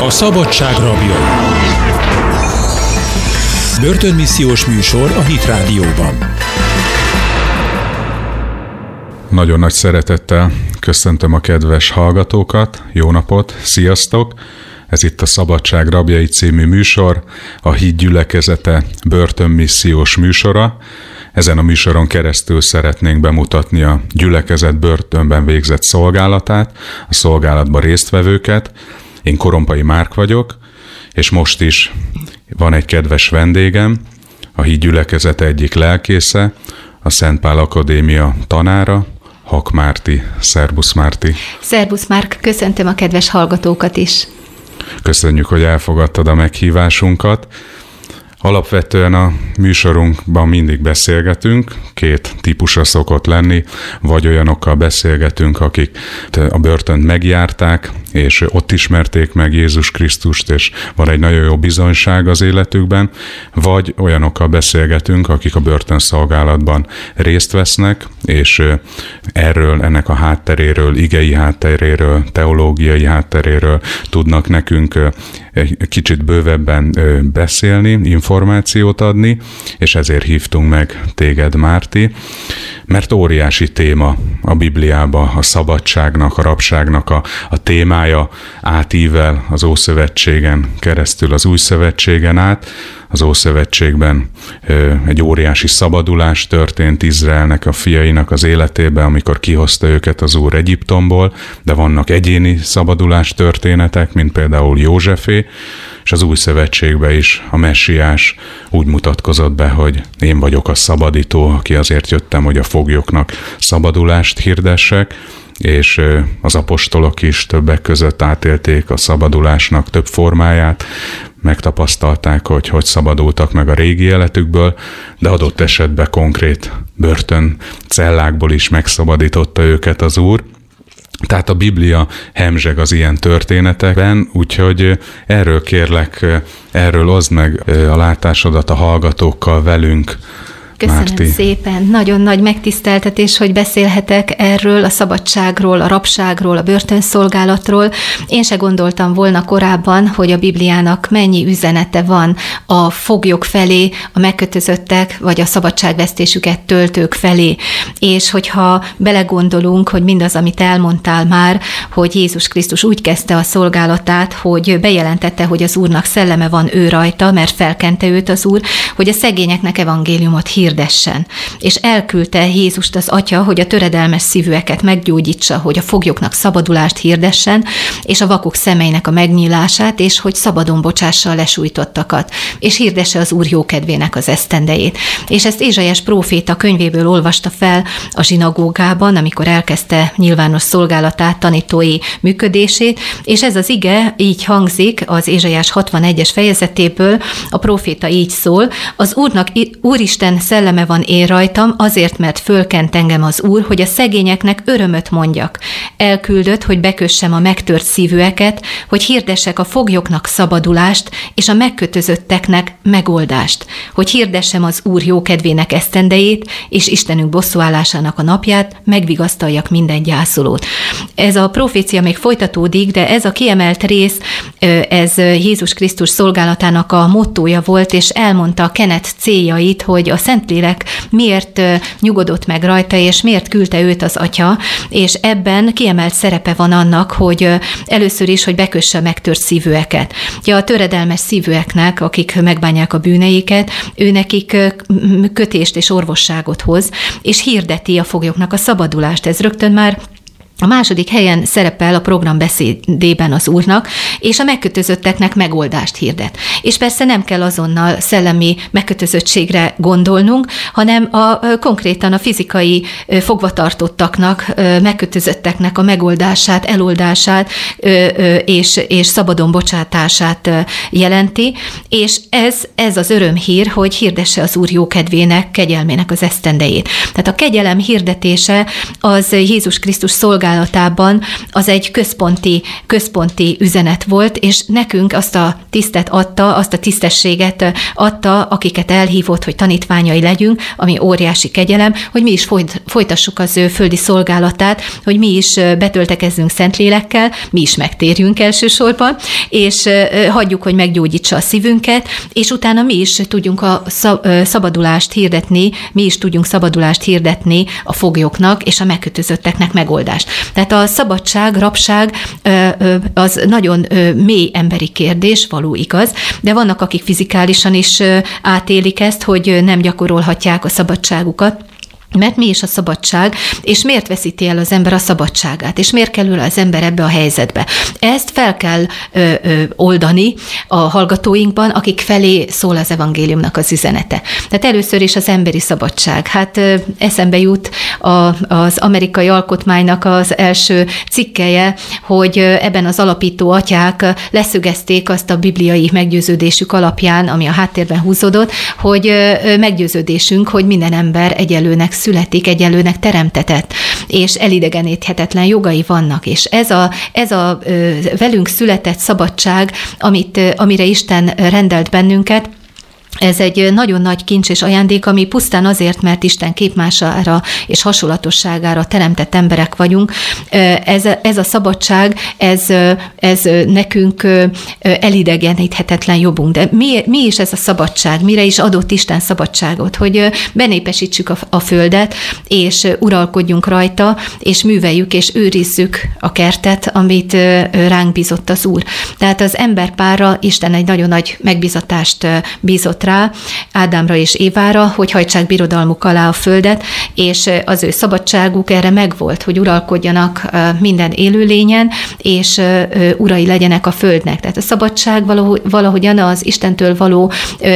A szabadság rabjai. Börtönmissziós műsor a Hit Rádióban. Nagyon nagy szeretettel köszöntöm a kedves hallgatókat, jó napot, sziasztok! Ez itt a Szabadság rabjai című műsor, a Hit gyülekezete börtönmissziós műsora. Ezen a műsoron keresztül szeretnénk bemutatni a gyülekezet börtönben végzett szolgálatát, a szolgálatban résztvevőket. Én Korompai Márk vagyok, és most is van egy kedves vendégem, a Hit gyülekezete egyik lelkésze, a Szent Pál Akadémia tanára, Hak Márti. Szerbusz Márti! Szerbusz Márk, köszöntöm a kedves hallgatókat is! Köszönjük, hogy elfogadtad a meghívásunkat. Alapvetően a műsorunkban mindig beszélgetünk, két típusra szokott lenni, vagy olyanokkal beszélgetünk, akik a börtönt megjárták, és ott ismerték meg Jézus Krisztust, és van egy nagyon jó bizonyság az életükben, vagy olyanokkal beszélgetünk, akik a börtönszolgálatban részt vesznek, és erről, ennek a hátteréről, igei hátteréről, teológiai hátteréről tudnak nekünk egy kicsit bővebben beszélni, információt adni, és ezért hívtunk meg téged, Márti, mert óriási téma a Bibliában, a szabadságnak, a rabságnak a témája átível az Ószövetségen keresztül az Új Szövetségen át. Az Ószövetségben egy óriási szabadulás történt Izraelnek, a fiainak az életében, amikor kihozta őket az Úr Egyiptomból, de vannak egyéni szabadulás történetek, mint például Józsefé, és az Új Szövetségben is a Messiás úgy mutatkozott be, hogy én vagyok a szabadító, aki azért jöttem, hogy a foglyoknak szabadulást hirdessek, és az apostolok is többek között átélték a szabadulásnak több formáját, megtapasztalták, hogy szabadultak meg a régi életükből, de adott esetben konkrét börtön cellákból is megszabadította őket az Úr. Tehát a Biblia hemzseg az ilyen történetekben, úgyhogy erről kérlek, erről oszd meg a látásodat a hallgatókkal velünk. Köszönöm Márti. Szépen. Nagyon nagy megtiszteltetés, hogy beszélhetek erről, a szabadságról, a rabságról, a börtönszolgálatról. Én se gondoltam volna korábban, hogy a Bibliának mennyi üzenete van a foglyok felé, a megkötözöttek, vagy a szabadságvesztésüket töltők felé. És hogyha belegondolunk, hogy mindaz, amit elmondtál már, hogy Jézus Krisztus úgy kezdte a szolgálatát, hogy bejelentette, hogy az Úrnak szelleme van ő rajta, mert felkente őt az Úr, hogy a szegényeknek evangéliumot hirdessen. És elküldte Jézust az Atya, hogy a töredelmes szívűeket meggyógyítsa, hogy a foglyoknak szabadulást hirdessen, és a vakok szemeinek a megnyílását, és hogy szabadon bocsássa a lesújtottakat, és hirdesse az Úr jókedvének az esztendejét. És ezt Ézsaiás próféta könyvéből olvasta fel a zsinagógában, amikor elkezdte nyilvános szolgálatát, tanítói működését, és ez az ige így hangzik az Ézsaiás 61-es fejezetéből, a próféta így szól: az Úrnak, Úristen szelleme van én rajtam, azért, mert fölkent engem az Úr, hogy a szegényeknek örömöt mondjak. Elküldött, hogy bekössem a megtört szívűeket, hogy hirdessek a foglyoknak szabadulást, és a megkötözötteknek megoldást, hogy hirdessem az Úr jókedvének esztendejét, és Istenünk bosszúállásának a napját, megvigasztaljak minden gyászolót. Ez a profécia még folytatódik, de ez a kiemelt rész, ez Jézus Krisztus szolgálatának a mottója volt, és elmondta a kenet céljait, hogy a Szentlélek miért nyugodott meg rajta, és miért küldte őt az Atya, és ebben kiemelt szerepe van annak, hogy először is, hogy bekösse a megtört szívűeket. Ugye a töredelmes szívűeknek, akik megbánják a bűneiket, őnekik kötést és orvosságot hoz, és hirdeti a foglyoknak a szabadulást. Ez rögtön már a második helyen szerepel a programbeszédében az Úrnak, és a megkötözötteknek megoldást hirdet. És persze nem kell azonnal szellemi megkötözöttségre gondolnunk, hanem konkrétan a fizikai fogvatartottaknak, megkötözötteknek a megoldását, eloldását és szabadon bocsátását jelenti, és ez az örömhír, hogy hirdesse az Úr jókedvének, kegyelmének az esztendejét. Tehát a kegyelem hirdetése az Jézus Krisztus szolgálatának szolgálatában az egy központi üzenet volt, és nekünk azt a tisztet adta, azt a tisztességet adta, akiket elhívott, hogy tanítványai legyünk, ami óriási kegyelem, hogy mi is folytassuk az ő földi szolgálatát, hogy mi is betöltekezzünk Szentlélekkel, mi is megtérjünk elsősorban, és hagyjuk, hogy meggyógyítsa a szívünket, és utána mi is tudjunk szabadulást hirdetni a foglyoknak és a megkötözötteknek megoldást. Tehát a szabadság, rabság az nagyon mély emberi kérdés, való igaz, de vannak, akik fizikálisan is átélik ezt, hogy nem gyakorolhatják a szabadságukat. Mert mi is a szabadság, és miért veszíti el az ember a szabadságát, és miért kerül az ember ebbe a helyzetbe. Ezt fel kell oldani a hallgatóinkban, akik felé szól az evangéliumnak az üzenete. Tehát először is az emberi szabadság. Hát eszembe jut az amerikai alkotmánynak az első cikkelye, hogy ebben az alapító atyák leszögezték azt a bibliai meggyőződésük alapján, ami a háttérben húzódott, hogy meggyőződésünk, hogy minden ember egyenlőnek születik, egyenlőnek teremtetett, és elidegeníthetetlen jogai vannak, és ez a velünk született szabadság, amire Isten rendelt bennünket, ez egy nagyon nagy kincs és ajándék, ami pusztán azért, mert Isten képmására és hasonlatosságára teremtett emberek vagyunk. Ez a szabadság, ez nekünk elidegeníthetetlen jobbunk. De mi is ez a szabadság? Mire is adott Isten szabadságot? Hogy benépesítsük a földet, és uralkodjunk rajta, és műveljük, és őrizzük a kertet, amit ránk bízott az Úr. Tehát az emberpárra Isten egy nagyon nagy megbízatást bízott rá, Ádámra és Évára, hogy hajtsák birodalmuk alá a földet, és az ő szabadságuk erre megvolt, hogy uralkodjanak minden élőlényen, és urai legyenek a földnek. Tehát a szabadság valahogyan az Istentől való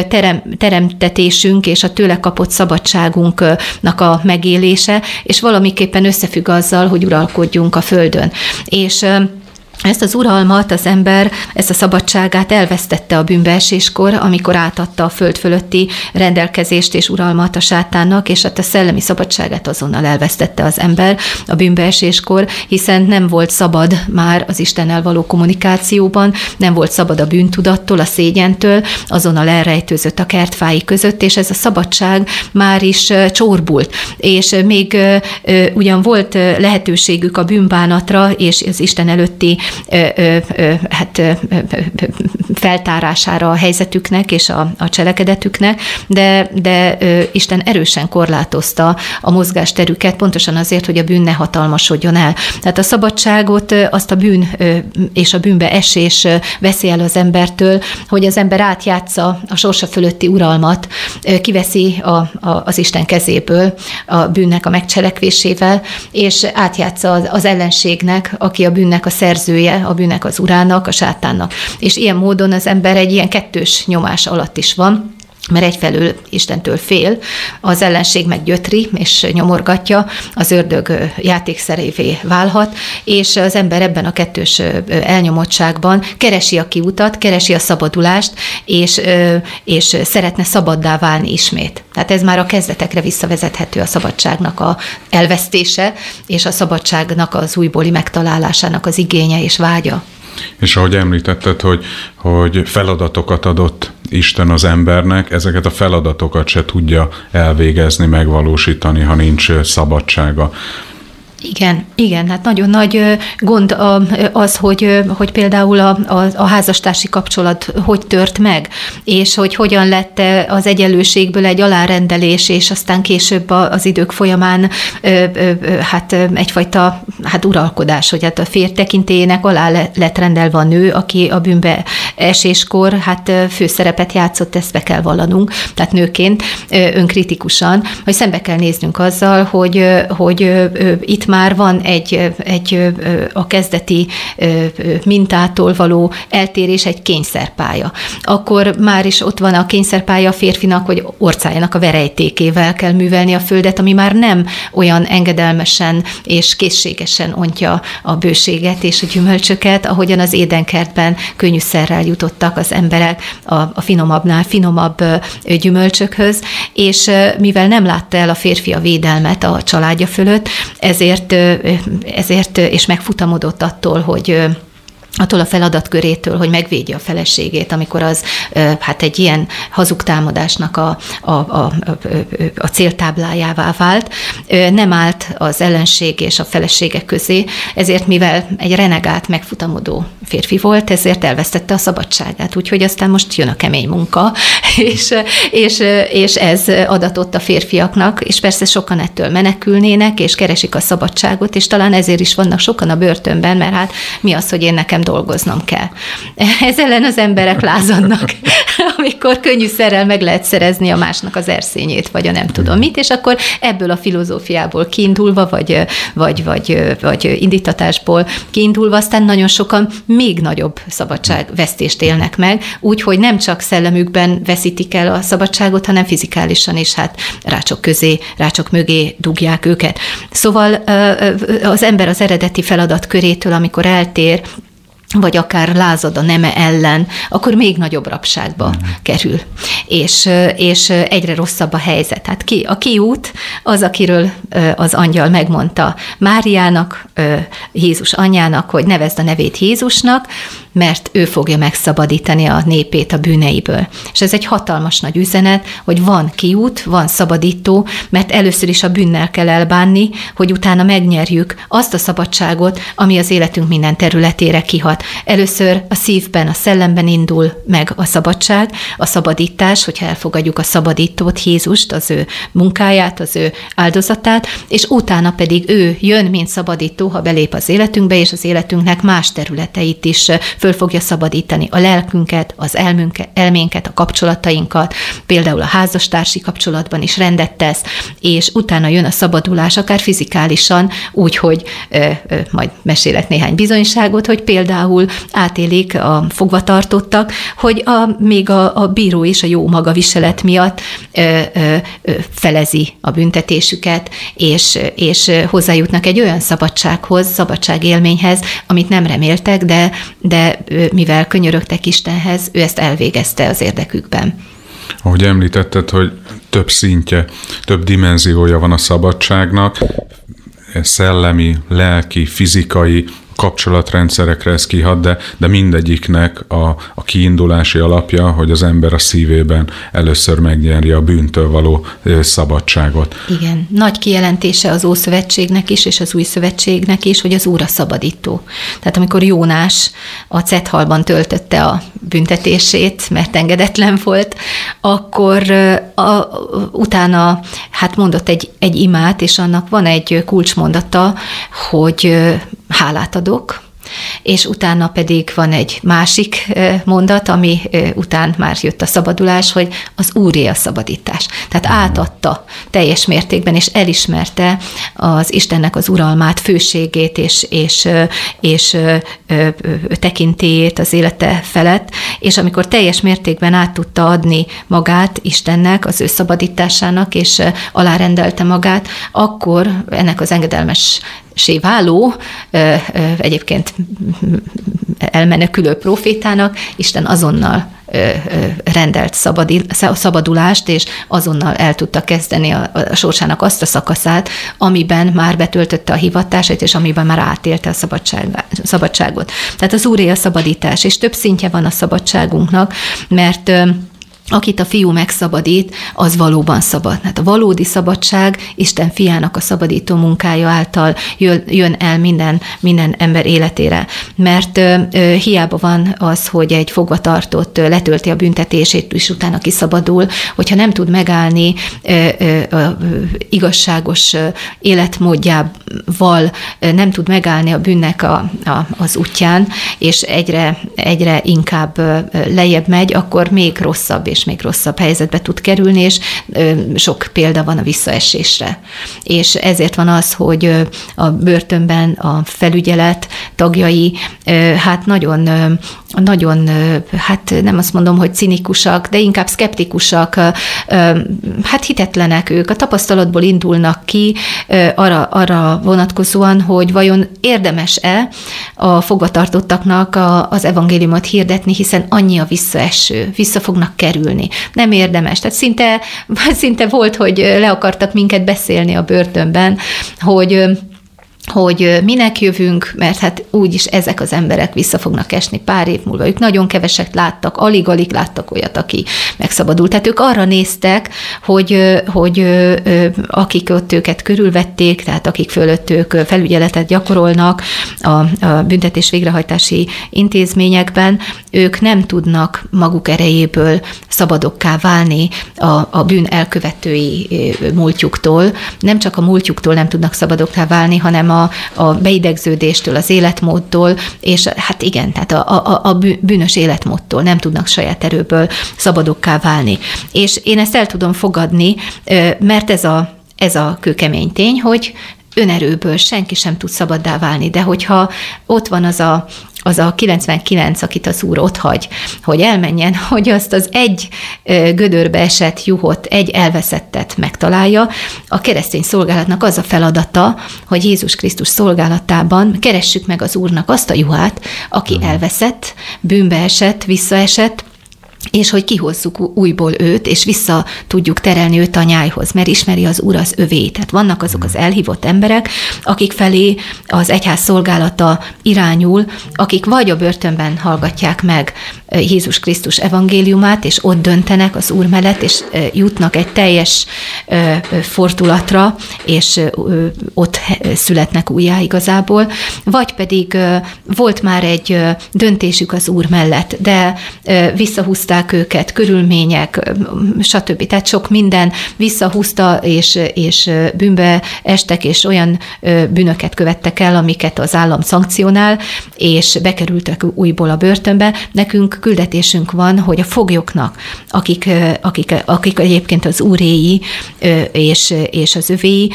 teremtetésünk és a tőle kapott szabadságunknak a megélése, és valamiképpen összefügg azzal, hogy uralkodjunk a földön. És ezt az uralmat az ember, ezt a szabadságát elvesztette a bűnbeeséskor, amikor átadta a föld fölötti rendelkezést és uralmat a sátánnak, és hát a szellemi szabadságát azonnal elvesztette az ember a bűnbeeséskor, hiszen nem volt szabad már az Istennel való kommunikációban, nem volt szabad a bűntudattól, a szégyentől, azonnal elrejtőzött a kertfái között, és ez a szabadság már is csorbult. És még ugyan volt lehetőségük a bűnbánatra, és az Isten előtti feltárására a helyzetüknek és a cselekedetüknek, de Isten erősen korlátozta a mozgásterüket, pontosan azért, hogy a bűn ne hatalmasodjon el. Tehát a szabadságot azt a bűn és a bűnbe esés veszi el az embertől, hogy az ember átjátsza a sorsa fölötti uralmat, kiveszi az Isten kezéből a bűnnek a megcselekvésével, és átjátsza az ellenségnek, aki a bűnnek a szerzője, a bűnnek az urának, a sátánnak. És ilyen módon az ember egy ilyen kettős nyomás alatt is van, mert egyfelől Istentől fél, az ellenség meg gyötri és nyomorgatja, az ördög játékszerévé válhat, és az ember ebben a kettős elnyomottságban keresi a kiutat, keresi a szabadulást, és szeretne szabaddá válni ismét. Tehát ez már a kezdetekre visszavezethető, a szabadságnak a elvesztése, és a szabadságnak az újbóli megtalálásának az igénye és vágya. És ahogy említetted, hogy feladatokat adott Isten az embernek, ezeket a feladatokat se tudja elvégezni, megvalósítani, ha nincs szabadsága. Igen, hát nagyon nagy gond az, hogy például a házastársi kapcsolat hogy tört meg, és hogy hogyan lett az egyenlőségből egy alárendelés, és aztán később az idők folyamán egyfajta uralkodás, hogy hát a férj tekintélyének alá lett rendelve a nő, aki a bűnbe eséskor főszerepet játszott, ezt be kell vallanunk, tehát nőként önkritikusan, hogy szembe kell néznünk azzal, hogy itt már van egy a kezdeti mintától való eltérés, egy kényszerpálya. Akkor már is ott van a kényszerpálya a férfinak, hogy orcájának a verejtékével kell művelni a földet, ami már nem olyan engedelmesen és készségesen ontja a bőséget és a gyümölcsöket, ahogyan az édenkertben könnyűszerrel jutottak az emberek a finomabbnál finomabb gyümölcsökhöz, és mivel nem látta el a férfi a védelmet a családja fölött, ezért ezért és megfutamodott attól a feladatkörétől, hogy megvédje a feleségét, amikor az hát egy ilyen hazugtámadásnak a céltáblájává vált, nem állt az ellenség és a felesége közé, ezért mivel egy renegált, megfutamodó férfi volt, ezért elvesztette a szabadságát. Úgyhogy aztán most jön a kemény munka, és ez adatott a férfiaknak, és persze sokan ettől menekülnének, és keresik a szabadságot, és talán ezért is vannak sokan a börtönben, mert hát mi az, hogy én nekem dolgoznom kell. Ez ellen az emberek lázadnak, amikor könnyűszerrel meg lehet szerezni a másnak az erszényét, vagy a nem tudom mit, és akkor ebből a filozófiából kiindulva, vagy indítatásból kiindulva, aztán nagyon sokan még nagyobb szabadságvesztést élnek meg, úgyhogy nem csak szellemükben veszítik el a szabadságot, hanem fizikálisan is hát rácsok mögé dugják őket. Szóval az ember az eredeti feladat körétől, amikor eltér, vagy akár lázad a neme ellen, akkor még nagyobb rabságba kerül. És egyre rosszabb a helyzet. Hát a kiút az, akiről az angyal megmondta Máriának, Jézus anyjának, hogy nevezd a nevét Jézusnak, mert ő fogja megszabadítani a népét a bűneiből. És ez egy hatalmas nagy üzenet, hogy van kiút, van szabadító, mert először is a bűnnel kell elbánni, hogy utána megnyerjük azt a szabadságot, ami az életünk minden területére kihat. Először a szívben, a szellemben indul meg a szabadság, a szabadítás, hogyha elfogadjuk a szabadítót, Jézust, az ő munkáját, az ő áldozatát, és utána pedig ő jön, mint szabadító, ha belép az életünkbe, és az életünknek más területeit is föl fogja szabadítani. A lelkünket, az elménket, a kapcsolatainkat, például a házastársi kapcsolatban is rendet tesz, és utána jön a szabadulás, akár fizikálisan, úgy, hogy majd mesélek néhány bizonyságot, hogy például átélik a fogvatartottak, hogy még a bíró is a jó magaviselet miatt felezi a büntetésüket, és hozzájutnak egy olyan szabadságélményhez, amit nem reméltek, de mivel könyörögtek Istenhez, ő ezt elvégezte az érdekükben. Ahogy említetted, hogy több szintje, több dimenziója van a szabadságnak, szellemi, lelki, fizikai kapcsolatrendszerekre ez kihat, de mindegyiknek a kiindulási alapja, hogy az ember a szívében először megnyerje a bűntől való szabadságot. Igen, nagy kijelentése az Ószövetségnek is, és az Új Szövetségnek is, hogy az Úr a szabadító. Tehát amikor Jónás a Cethalban töltötte a büntetését, mert engedetlen volt, akkor utána hát mondott egy imát, és annak van egy kulcsmondata, hogy hálát adok, és utána pedig van egy másik mondat, ami után már jött a szabadulás, hogy az Úré a szabadítás. Tehát átadta teljes mértékben, és elismerte az Istennek az uralmát, főségét és tekintélyét az élete felett, és amikor teljes mértékben át tudta adni magát Istennek, az ő szabadításának, és alárendelte magát, akkor ennek az engedelmes váló, egyébként elmenekülő profétának Isten azonnal rendelt szabadulást, és azonnal el tudta kezdeni a sorsának azt a szakaszát, amiben már betöltötte a hivatását, és amiben már átélte a szabadságot. Tehát az Úré a szabadítás, és több szintje van a szabadságunknak, mert akit a Fiú megszabadít, az valóban szabad. Hát a valódi szabadság Isten fiának a szabadító munkája által jön el minden ember életére. Mert hiába van az, hogy egy fogvatartott letölti a büntetését, és utána kiszabadul, hogyha nem tud megállni igazságos életmódjával, nem tud megállni a bűnnek az útján, és egyre inkább lejjebb megy, akkor még rosszabb és még rosszabb helyzetbe tud kerülni, és sok példa van a visszaesésre. És ezért van az, hogy a börtönben a felügyelet tagjai hát nagyon, hát nem azt mondom, hogy cinikusak, de inkább szkeptikusak, hát hitetlenek ők, a tapasztalatból indulnak ki arra vonatkozóan, hogy vajon érdemes-e a fogvatartottaknak az evangéliumot hirdetni, hiszen annyi a visszaeső, vissza fognak kerülni. Nem érdemes. Tehát szinte volt, hogy le akartak minket beszélni a börtönben, hogy hogy minek jövünk, mert hát úgyis ezek az emberek vissza fognak esni pár év múlva. Ők nagyon keveset láttak, alig-alig láttak olyat, aki megszabadult. Tehát ők arra néztek, hogy akik ott őket körülvették, tehát akik fölött ők felügyeletet gyakorolnak a büntetés végrehajtási intézményekben, ők nem tudnak maguk erejéből szabadokká válni a bűn elkövetői múltjüktől. Nem csak a múltjuktól nem tudnak szabadokká válni, hanem a beidegződéstől, az életmódtól, és hát igen, tehát a bűnös életmódtól nem tudnak saját erőből szabadokká válni. És én ezt el tudom fogadni, mert ez a kőkemény tény, hogy önerőből senki sem tud szabaddá válni, de hogyha ott van az a 99, akit az Úr otthagy, hogy elmenjen, hogy azt az egy gödörbe esett juhot, egy elveszettet megtalálja. A keresztény szolgálatnak az a feladata, hogy Jézus Krisztus szolgálatában keressük meg az Úrnak azt a juhát, aki elveszett, bűnbe esett, visszaesett, és hogy kihozzuk újból őt, és vissza tudjuk terelni őt a nyájhoz, mert ismeri az Úr az övét. Tehát vannak azok az elhívott emberek, akik felé az egyház szolgálata irányul, akik vagy a börtönben hallgatják meg Jézus Krisztus evangéliumát, és ott döntenek az Úr mellett, és jutnak egy teljes fordulatra, és ott születnek újjá igazából, vagy pedig volt már egy döntésük az Úr mellett, de visszahúzták őket, körülmények, stb. Tehát sok minden visszahúzta, és bűnbe estek, és olyan bűnöket követtek el, amiket az állam szankcionál, és bekerültek újból a börtönbe. Nekünk küldetésünk van, hogy a foglyoknak, akik egyébként az Úréi és az övéi,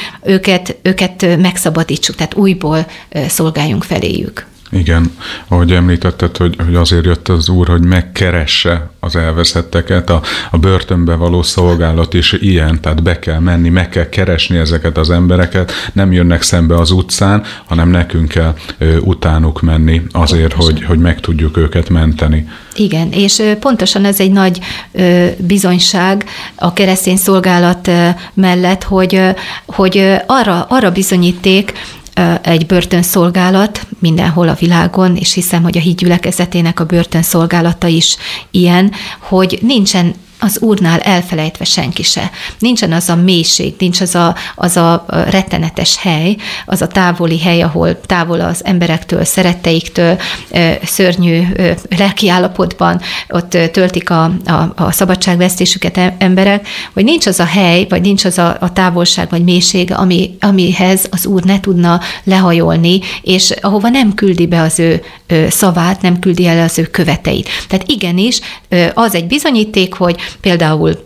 őket megszabadítsuk, tehát újból szolgáljunk feléjük. Igen, ahogy említetted, hogy azért jött az Úr, hogy megkeresse az elveszetteket, a börtönbe való szolgálat is ilyen, tehát be kell menni, meg kell keresni ezeket az embereket, nem jönnek szembe az utcán, hanem nekünk kell utánuk menni azért, hogy meg tudjuk őket menteni. Igen, és pontosan ez egy nagy bizonyság a keresztény szolgálat mellett, hogy arra bizonyíték, egy börtönszolgálat mindenhol a világon, és hiszem, hogy a híd gyülekezetének a börtönszolgálata is ilyen, hogy nincsen az Úrnál elfelejtve senki se. Nincsen az a mélység, nincs az a rettenetes hely, az a távoli hely, ahol távol az emberektől, szeretteiktől, szörnyű lelkiállapotban ott töltik a szabadságvesztésüket emberek, hogy nincs az a hely, vagy nincs az a távolság, vagy mélység, amihez az Úr ne tudna lehajolni, és ahova nem küldi be az ő szavát, nem küldi el az ő követeit. Tehát igenis, az egy bizonyíték, hogy például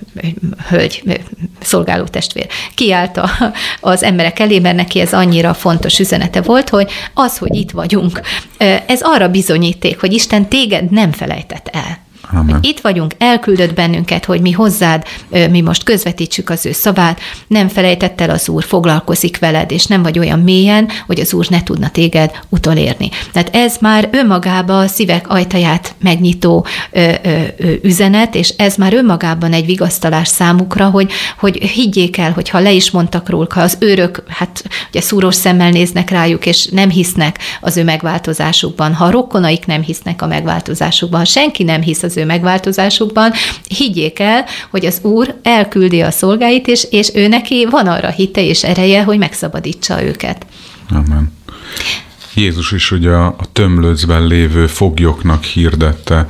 hölgy, szolgáló testvér kiállt az emberek elé, mert neki ez annyira fontos üzenete volt, hogy az, hogy itt vagyunk, ez arra bizonyíték, hogy Isten téged nem felejtett el. Amen. Itt vagyunk, elküldött bennünket, hogy mi hozzád, mi most közvetítsük az ő szavát, nem felejtett el az Úr, foglalkozik veled, és nem vagy olyan mélyen, hogy az Úr ne tudna téged utolérni. Tehát ez már önmagában a szívek ajtaját megnyitó üzenet, és ez már önmagában egy vigasztalás számukra, hogy higgyék el, hogy ha le is mondtak róluk, ha az őrök, hát ugye szúrós szemmel néznek rájuk, és nem hisznek az ő megváltozásukban, ha a rokonaik nem hisznek a megváltozásukban, ha senki nem hisz az ő megváltozásukban, higgyék el, hogy az Úr elküldi a szolgáit, és ő neki van arra hite és ereje, hogy megszabadítsa őket. Amen. Jézus is ugye a tömlöcben lévő foglyoknak hirdette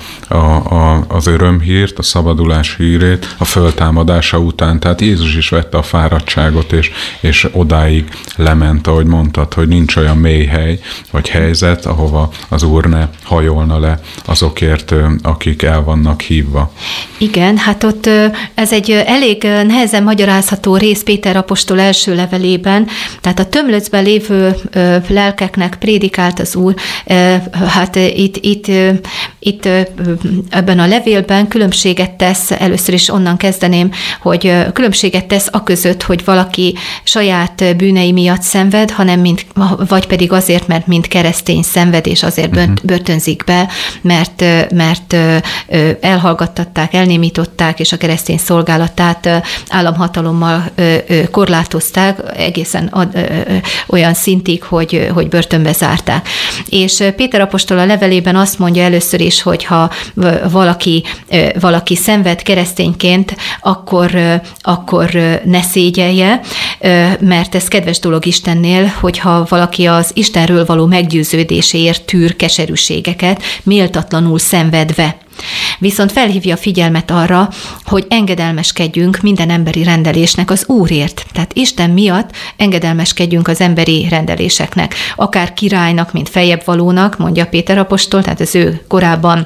az örömhírt, a szabadulás hírét a föltámadása után. Tehát Jézus is vette a fáradtságot, és odáig lement, ahogy mondtad, hogy nincs olyan mély hely, vagy helyzet, ahova az Úr ne hajolna le azokért, akik el vannak hívva. Igen, hát ott ez egy elég nehezen magyarázható rész Péter apostol első levelében, tehát a tömlöcben lévő lelkeknek prédikált az Úr, hát itt itt ebben a levélben különbséget tesz, először is onnan kezdeném, hogy különbséget tesz aközött, hogy valaki saját bűnei miatt szenved, vagy pedig azért, mert mint keresztény szenved, és azért börtönzik be, mert elhallgattatták, elnémították, és a keresztény szolgálatát államhatalommal korlátozták egészen olyan szintig, hogy börtönbe zárták. És Péter apostol a levelében azt mondja először is, hogy ha valaki szenved keresztényként, akkor ne szégyelje, mert ez kedves dolog Istennél, hogyha valaki az Istenről való meggyőződéséért tűr keserűségeket, méltatlanul szenvedve. Viszont felhívja a figyelmet arra, hogy engedelmeskedjünk minden emberi rendelésnek az Úrért. Tehát Isten miatt engedelmeskedjünk az emberi rendeléseknek. Akár királynak, mint feljebb valónak, mondja Péter apostol, tehát az ő korábban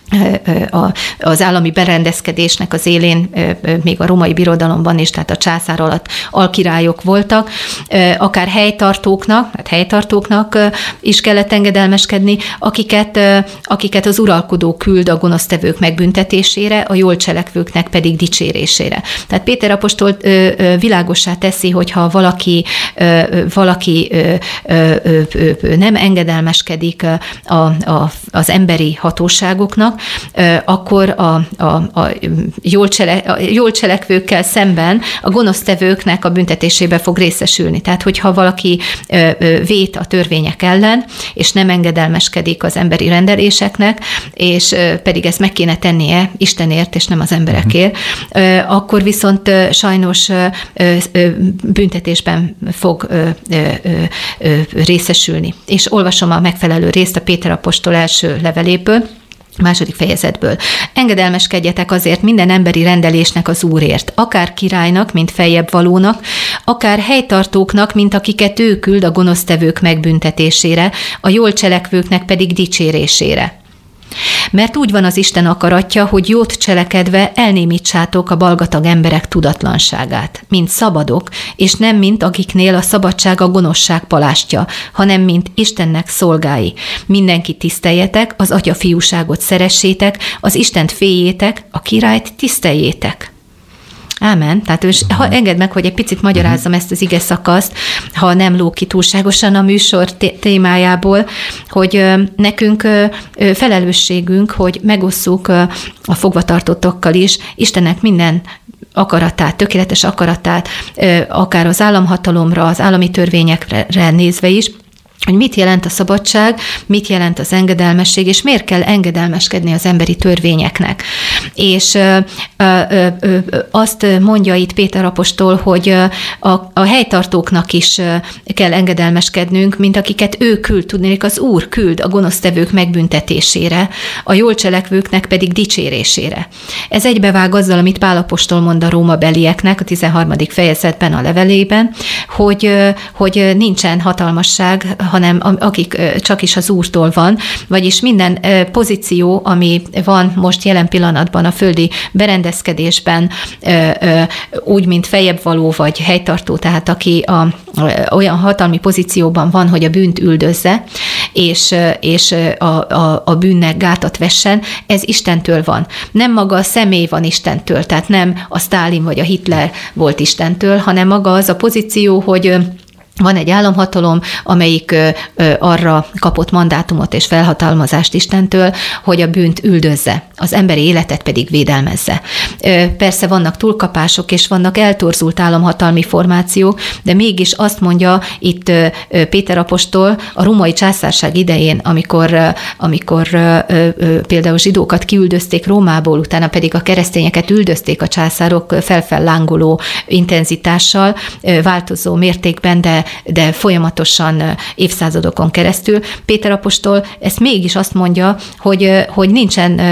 az állami berendezkedésnek az élén, még a római birodalomban is, tehát a császár alatt alkirályok voltak, akár helytartóknak is kellett engedelmeskedni, akiket az uralkodó küld a gonosztevők megbüntetésére, a jól cselekvőknek pedig dicsérésére. Tehát Péter apostol világossá teszi, hogyha valaki nem engedelmeskedik az emberi hatóságoknak, akkor a jól cselekvőkkel szemben a gonosztevőknek a büntetésébe fog részesülni. Tehát, hogyha valaki vét a törvények ellen, és nem engedelmeskedik az emberi rendeléseknek, és pedig ezt meg kéne tennie Istenért, és nem az emberekért, akkor viszont sajnos büntetésben fog részesülni. És olvasom a megfelelő részt a Péter apostol első leveléből, második fejezetből. Engedelmeskedjetek azért minden emberi rendelésnek az Úrért, akár királynak, mint feljebb valónak, akár helytartóknak, mint akiket ő küld a gonosztevők megbüntetésére, a jól cselekvőknek pedig dicsérésére. Mert úgy van az Isten akaratja, hogy jót cselekedve elnémítsátok a balgatag emberek tudatlanságát, mint szabadok, és nem mint akiknél a szabadság a gonoszság palástja, hanem mint Istennek szolgái. Mindenkit tiszteljetek, az atya fiúságot szeressétek, az Istent féljétek, a királyt tiszteljétek. Ámen. Tehát ha engedd meg, hogy egy picit magyarázzam ezt az ige szakaszt, ha nem lóg ki túlságosan a műsor témájából, hogy nekünk felelősségünk, hogy megosszuk a fogvatartottokkal is Istennek minden akaratát, tökéletes akaratát, akár az államhatalomra, az állami törvényekre nézve is, hogy mit jelent a szabadság, mit jelent az engedelmesség, és miért kell engedelmeskedni az emberi törvényeknek. És azt mondja itt Péter apostol, hogy a helytartóknak is kell engedelmeskednünk, mint akiket ő küld, tudnék, az Úr küld a gonosztevők megbüntetésére, a jól cselekvőknek pedig dicsérésére. Ez egybevág azzal, amit Pál apostol mond a rómabelieknek a 13. fejezetben a levelében, hogy nincsen hatalmasság, hanem akik csak is az Úrtól van, vagyis minden pozíció, ami van most jelen pillanatban a földi berendezkedésben, úgy, mint feljebb való vagy helytartó, tehát aki olyan hatalmi pozícióban van, hogy a bűnt üldözze, és a bűnnek gátat vessen, ez Istentől van. Nem maga a személy van Istentől, tehát nem a Sztálin vagy a Hitler volt Istentől, hanem maga az a pozíció, hogy van egy államhatalom, amelyik arra kapott mandátumot és felhatalmazást Istentől, hogy a bűnt üldözze, az emberi életet pedig védelmezze. Persze vannak túlkapások, és vannak eltorzult államhatalmi formációk, de mégis azt mondja itt Péter apostol a római császárság idején, amikor például zsidókat kiüldözték Rómából, utána pedig a keresztényeket üldözték a császárok fellángoló intenzitással, változó mértékben, de folyamatosan évszázadokon keresztül. Péter apostol ezt mégis azt mondja, hogy nincsen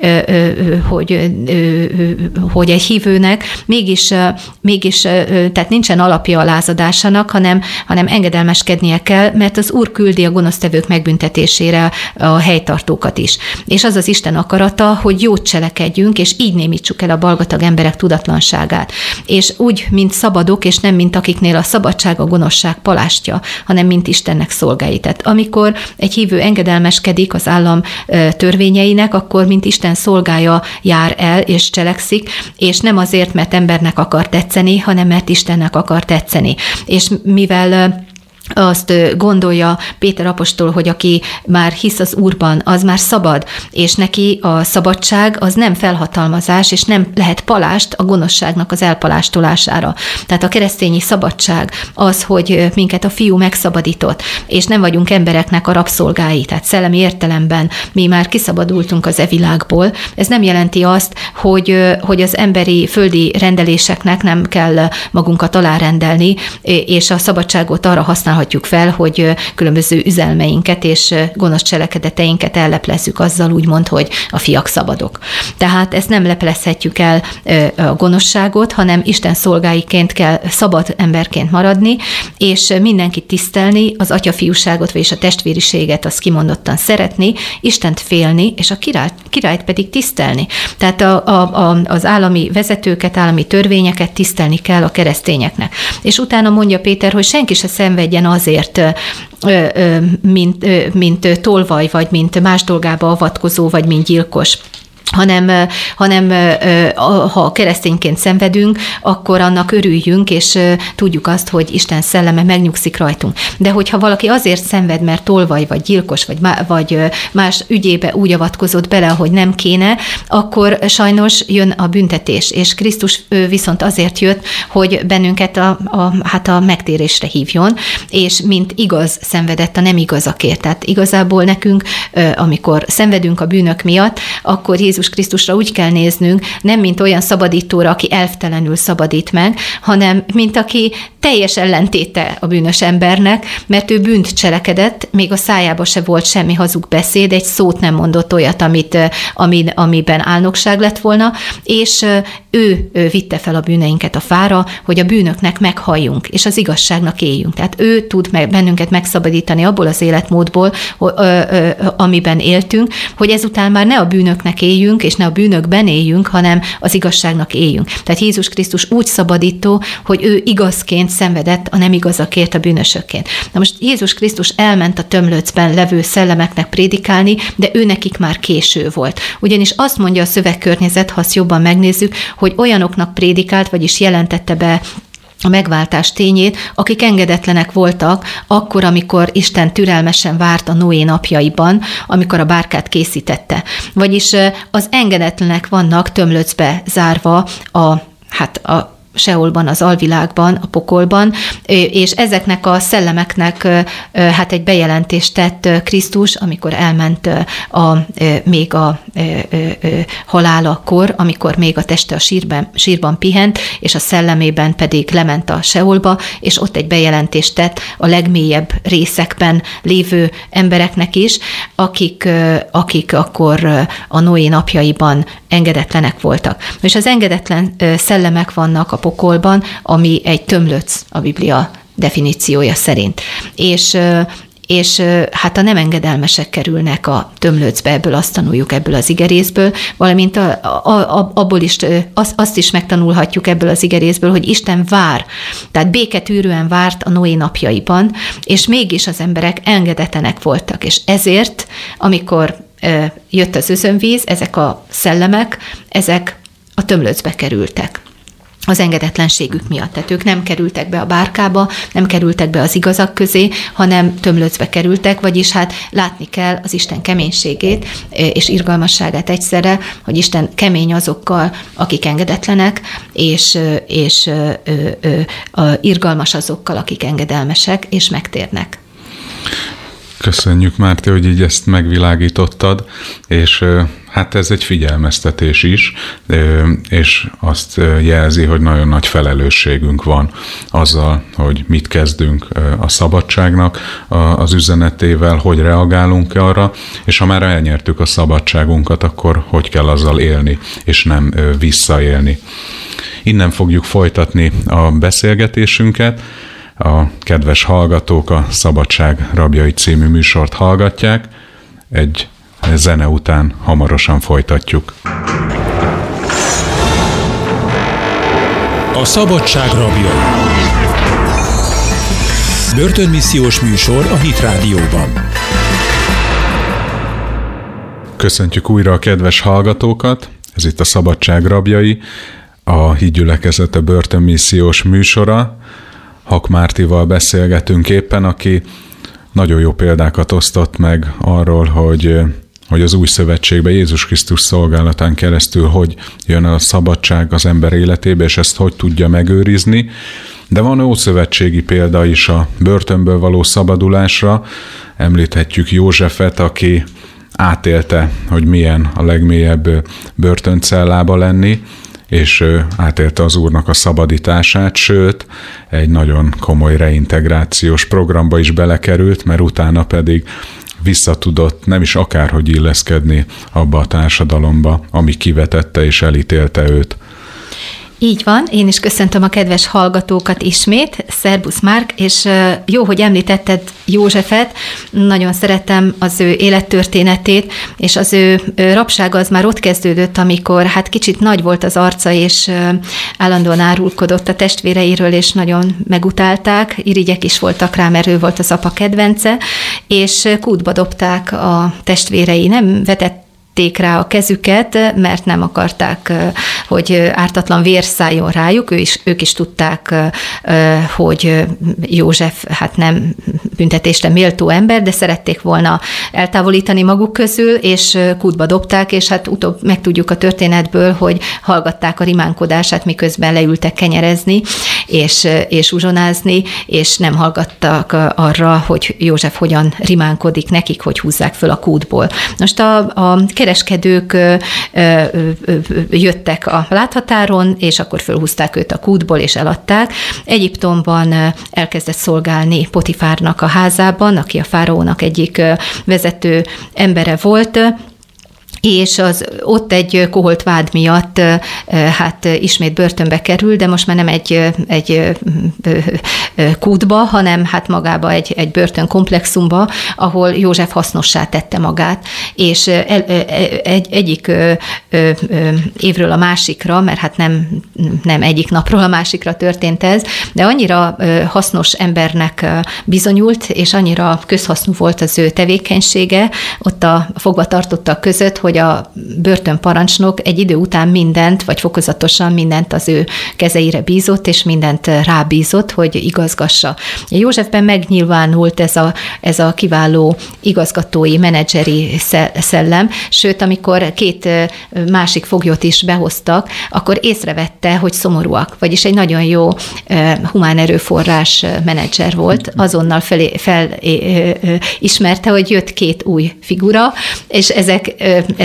hogy egy hívőnek mégis tehát nincsen alapja a lázadásának, hanem engedelmeskednie kell, mert az Úr küldi a gonosztevők megbüntetésére a helytartókat is. És az az Isten akarata, hogy jót cselekedjünk, és így némítsuk el a balgatag emberek tudatlanságát. És úgy, mint szabadok, és nem mint akiknél a szabadság a gonoszság palástja, hanem mint Istennek szolgái. Tehát amikor egy hívő engedelmeskedik az állam törvényeinek, akkor mint Isten szolgája jár el és cselekszik, és nem azért, mert embernek akar tetszeni, hanem mert Istennek akar tetszeni. És mivel azt gondolja Péter apostol, hogy aki már hisz az Úrban, az már szabad, és neki a szabadság az nem felhatalmazás, és nem lehet palást a gonoszságnak az elpalástolására. Tehát a keresztényi szabadság az, hogy minket a Fiú megszabadított, és nem vagyunk embereknek a rabszolgái, tehát szellemi értelemben mi már kiszabadultunk az világból. Ez nem jelenti azt, hogy az emberi földi rendeléseknek nem kell magunkat alárendelni, és a szabadságot arra használhatjuk fel, hogy különböző üzelmeinket és gonosz cselekedeteinket elleplezzük azzal úgymond, hogy a fiak szabadok. Tehát ezt nem leplezhetjük el a gonoszságot, hanem Isten szolgáiként kell szabad emberként maradni, és mindenkit tisztelni, az atyafiúságot, vagyis a testvériséget azt kimondottan szeretni, Istent félni, és a királyt pedig tisztelni. Tehát az állami vezetőket, állami törvényeket tisztelni kell a keresztényeknek. És utána mondja Péter, hogy senki se szenvedjen azért, mint tolvaj, vagy mint más dolgába avatkozó, vagy mint gyilkos. hanem ha keresztényként szenvedünk, akkor annak örüljünk, és tudjuk azt, hogy Isten szelleme megnyugszik rajtunk. De hogyha valaki azért szenved, mert tolvaj, vagy gyilkos, vagy más ügyébe úgy avatkozott bele, ahogy nem kéne, akkor sajnos jön a büntetés, és Krisztus viszont azért jött, hogy bennünket a megtérésre hívjon, és mint igaz szenvedett a nem igazakért. Tehát igazából nekünk, amikor szenvedünk a bűnök miatt, akkor Jézus Krisztusra úgy kell néznünk, nem mint olyan szabadítóra, aki elvtelenül szabadít meg, hanem mint aki teljes ellentéte a bűnös embernek, mert ő bűnt cselekedett, még a szájába se volt semmi hazug beszéd, egy szót nem mondott olyat, amiben álnokság lett volna, és ő vitte fel a bűneinket a fára, hogy a bűnöknek meghalljunk, és az igazságnak éljünk. Tehát ő tud bennünket megszabadítani abból az életmódból, amiben éltünk, hogy ezután már ne a bűnöknek éljünk, és ne a bűnökben éljünk, hanem az igazságnak éljünk. Tehát Jézus Krisztus úgy szabadító, hogy ő igazként szenvedett a nem igazakért, a bűnösökként. Na most Jézus Krisztus elment a tömlöcben levő szellemeknek prédikálni, de ő nekik már késő volt. Ugyanis azt mondja a szövegkörnyezet, ha azt jobban megnézzük, hogy olyanoknak prédikált, vagyis jelentette be a megváltás tényét, akik engedetlenek voltak akkor, amikor Isten türelmesen várt a Noé napjaiban, amikor a bárkát készítette. Vagyis az engedetlenek vannak tömlöcbe zárva a Seolban, az alvilágban, a pokolban, és ezeknek a szellemeknek egy bejelentést tett Krisztus, amikor elment még a halálakor, amikor még a teste a sírban pihent, és a szellemében pedig lement a Seolba, és ott egy bejelentést tett a legmélyebb részekben lévő embereknek is, akik akkor a Noé napjaiban engedetlenek voltak. És az engedetlen szellemek vannak a pokolban, ami egy tömlöc a Biblia definíciója szerint. És a nem engedelmesek kerülnek a tömlöcbe, ebből azt tanuljuk ebből az igerészből, valamint abból is, azt is megtanulhatjuk ebből az igerészből, hogy Isten vár, tehát béketűrően várt a Noé napjaiban, és mégis az emberek engedetlenek voltak, és ezért, amikor jött az özönvíz, ezek a szellemek, ezek a tömlöcbe kerültek az engedetlenségük miatt. Tehát ők nem kerültek be a bárkába, nem kerültek be az igazak közé, hanem tömlöcbe kerültek, vagyis látni kell az Isten keménységét és irgalmasságát egyszerre, hogy Isten kemény azokkal, akik engedetlenek, és irgalmas azokkal, akik engedelmesek és megtérnek. Köszönjük, Márti, hogy így ezt megvilágítottad, és Hát ez egy figyelmeztetés is, és azt jelzi, hogy nagyon nagy felelősségünk van azzal, hogy mit kezdünk a szabadságnak az üzenetével, hogy reagálunk arra, és ha már elnyertük a szabadságunkat, akkor hogy kell azzal élni, és nem visszaélni. Innen fogjuk folytatni a beszélgetésünket. A kedves hallgatók a Szabadság rabjai című műsort hallgatják. Egy zene után hamarosan folytatjuk. A Szabadság rabjai. Börtönmissziós műsor a Hit Rádióban. Köszöntjük újra a kedves hallgatókat. Ez itt a Szabadság rabjai, a Hitgyülekezete börtönmissziós műsora. Hak Mártival beszélgetünk éppen, aki nagyon jó példákat osztott meg arról, hogy az új szövetségben Jézus Krisztus szolgálatán keresztül hogy jön a szabadság az ember életébe, és ezt hogy tudja megőrizni. De van ószövetségi példa is a börtönből való szabadulásra. Említhetjük Józsefet, aki átélte, hogy milyen a legmélyebb börtöncellába lenni, és átélte az Úrnak a szabadítását, sőt, egy nagyon komoly reintegrációs programba is belekerült, mert utána pedig visszatudott nem is akárhogy illeszkedni abba a társadalomba, ami kivetette és elítélte őt. Így van, én is köszöntöm a kedves hallgatókat ismét, szerbusz Márk, és jó, hogy említetted Józsefet, nagyon szeretem az ő élettörténetét, és az ő rabsága az már ott kezdődött, amikor hát kicsit nagy volt az arca, és állandóan árulkodott a testvéreiről, és nagyon megutálták, irigyek is voltak rá, mert ő volt az apa kedvence, és kútba dobták a testvérei, nem vetett rá a kezüket, mert nem akarták, hogy ártatlan vér szálljon rájuk. Ők is tudták, hogy József hát nem büntetésre méltó ember, de szerették volna eltávolítani maguk közül, és kútba dobták, és hát utóbb megtudjuk a történetből, hogy hallgatták a rimánkodását, miközben leültek kenyerezni, és uzsonázni, és nem hallgattak arra, hogy József hogyan rimánkodik nekik, hogy húzzák föl a kútból. Most a kereskedők jöttek a láthatáron, és akkor fölhúzták őt a kútból, és eladták. Egyiptomban elkezdett szolgálni Potifárnak a házában, aki a fáraónak egyik vezető embere volt, és ott egy koholt vád miatt hát ismét börtönbe kerül, de most már nem egy kútba, hanem hát magába egy börtönkomplexumba, ahol József hasznossá tette magát, és egyik évről a másikra, mert hát nem egyik napról a másikra történt ez, de annyira hasznos embernek bizonyult, és annyira közhasznú volt az ő tevékenysége ott a fogvatartottak között, hogy a börtönparancsnok egy idő után mindent, vagy fokozatosan mindent az ő kezeire bízott, és mindent rábízott, hogy igazgassa. Józsefben megnyilvánult ez a kiváló igazgatói, menedzseri szellem, sőt, amikor két másik foglyot is behoztak, akkor észrevette, hogy szomorúak, vagyis egy nagyon jó humán erőforrás menedzser volt, azonnal felismerte, hogy jött két új figura, és ezek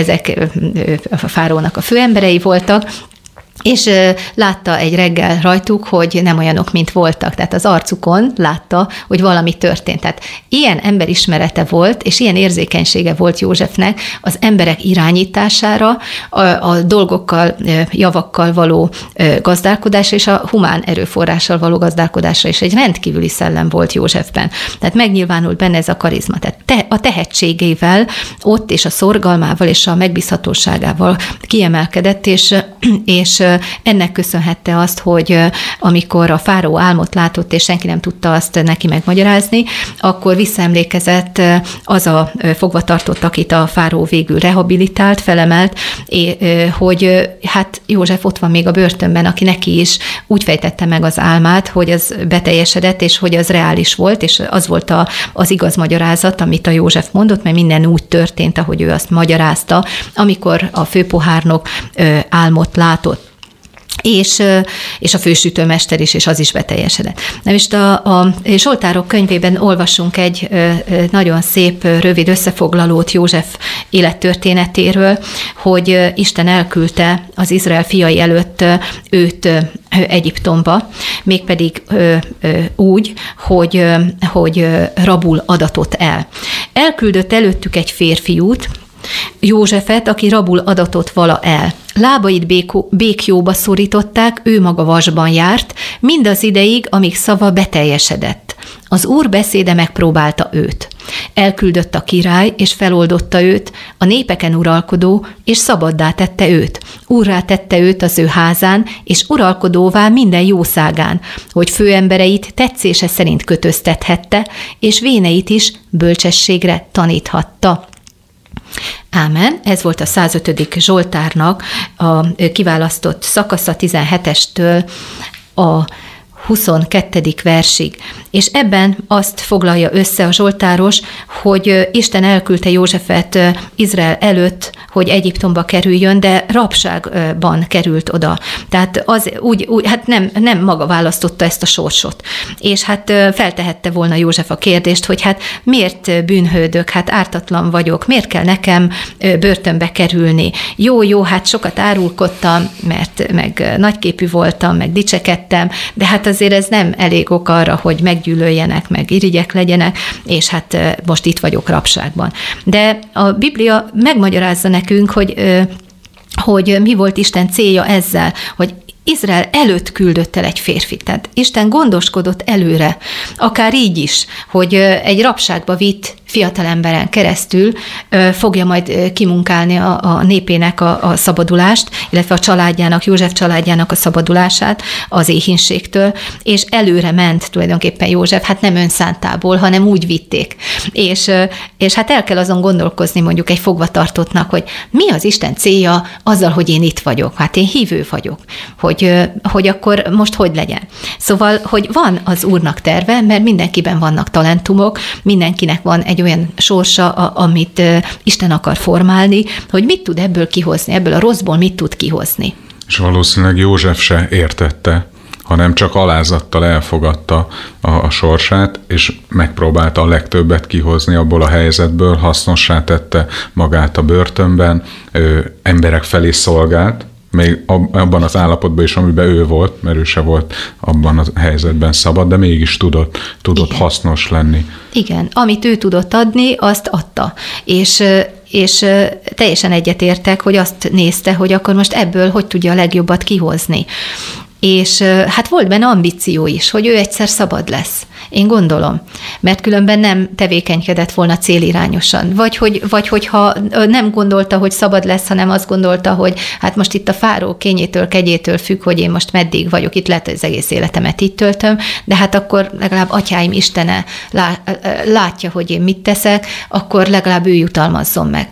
a fáraónak a főemberei voltak, és látta egy reggel rajtuk, hogy nem olyanok, mint voltak. Tehát az arcukon látta, hogy valami történt. Tehát ilyen emberismerete volt, és ilyen érzékenysége volt Józsefnek az emberek irányítására, a dolgokkal, javakkal való gazdálkodásra, és a humán erőforrással való gazdálkodásra is egy rendkívüli szellem volt Józsefben. Tehát megnyilvánult benne ez a karizma. Tehát a tehetségével ott, és a szorgalmával, és a megbízhatóságával kiemelkedett, és ennek köszönhette azt, hogy amikor a fáraó álmot látott, és senki nem tudta azt neki megmagyarázni, akkor visszaemlékezett az a fogvatartott, akit a fáraó végül rehabilitált, felemelt, hogy hát József ott van még a börtönben, aki neki is úgy fejtette meg az álmát, hogy az beteljesedett, és hogy az reális volt, és az volt az igaz magyarázat, amit a József mondott, mert minden úgy történt, ahogy ő azt magyarázta, amikor a főpohárnok álmot látott. és a fősütőmester is, és az is beteljesedett. Na most a Zsoltárok könyvében olvasunk egy nagyon szép, rövid összefoglalót József élettörténetéről, hogy Isten elküldte az Izrael fiai előtt őt Egyiptomba, mégpedig úgy, hogy rabul adatott el. Elküldött előttük egy férfiút, Józsefet, aki rabul adatot vala el. Lábait békjóba szorították, ő maga vasban járt, mindaz ideig, amíg szava beteljesedett. Az Úr beszéde megpróbálta őt. Elküldött a király, és feloldotta őt, a népeken uralkodó, és szabaddá tette őt. Úrrá tette őt az ő házán, és uralkodóvá minden jószágán, hogy főembereit tetszése szerint kötöztethette, és véneit is bölcsességre taníthatta. Ámen, ez volt a 105. Zsoltárnak a kiválasztott szakasza 17-estől a 22. versig. És ebben azt foglalja össze a zsoltáros, hogy Isten elküldte Józsefet Izrael előtt, hogy Egyiptomba kerüljön, de rabságban került oda. Tehát az úgy hát nem maga választotta ezt a sorsot. És hát feltehette volna József a kérdést, hogy hát miért bűnhődök, hát ártatlan vagyok, miért kell nekem börtönbe kerülni? Jó, hát sokat árulkodtam, mert meg nagyképű voltam, meg dicsekedtem, de hát azért ez nem elég ok arra, hogy meggyűlöljenek, meg irigyek legyenek, és hát most itt vagyok rabságban. De a Biblia megmagyarázza nekünk, hogy mi volt Isten célja ezzel, hogy Izrael előtt küldött el egy férfit. Tehát Isten gondoskodott előre, akár így is, hogy egy rabságba vitt fiatalemberen keresztül fogja majd kimunkálni a népének a szabadulást, illetve a családjának, József családjának a szabadulását az éhínségtől, és előre ment tulajdonképpen József, hát nem önszántából, hanem úgy vitték. És hát el kell azon gondolkozni mondjuk egy fogvatartottnak, hogy mi az Isten célja azzal, hogy én itt vagyok. Hát én hívő vagyok, hogy akkor most hogy legyen. Szóval, hogy van az Úrnak terve, mert mindenkiben vannak talentumok, mindenkinek van egy olyan sorsa, amit Isten akar formálni, hogy mit tud ebből kihozni, ebből a rosszból mit tud kihozni. És valószínűleg József se értette, hanem csak alázattal elfogadta a sorsát, és megpróbálta a legtöbbet kihozni abból a helyzetből, hasznossá tette magát a börtönben, emberek felé szolgált, még abban az állapotban is, amiben ő volt, mert ő se volt abban a helyzetben szabad, de mégis tudott hasznos lenni. Igen, amit ő tudott adni, azt adta. És teljesen egyetértek, hogy azt nézte, hogy akkor most ebből hogy tudja a legjobbat kihozni. És hát volt benne ambíció is, hogy ő egyszer szabad lesz. Én gondolom, mert különben nem tevékenykedett volna célirányosan. Vagy hogyha nem gondolta, hogy szabad lesz, hanem azt gondolta, hogy hát most itt a fáró kényétől, kegyétől függ, hogy én most meddig vagyok, itt lehet, hogy az egész életemet itt töltöm, de hát akkor legalább atyáim Istene látja, hogy én mit teszek, akkor legalább ő jutalmazzon meg.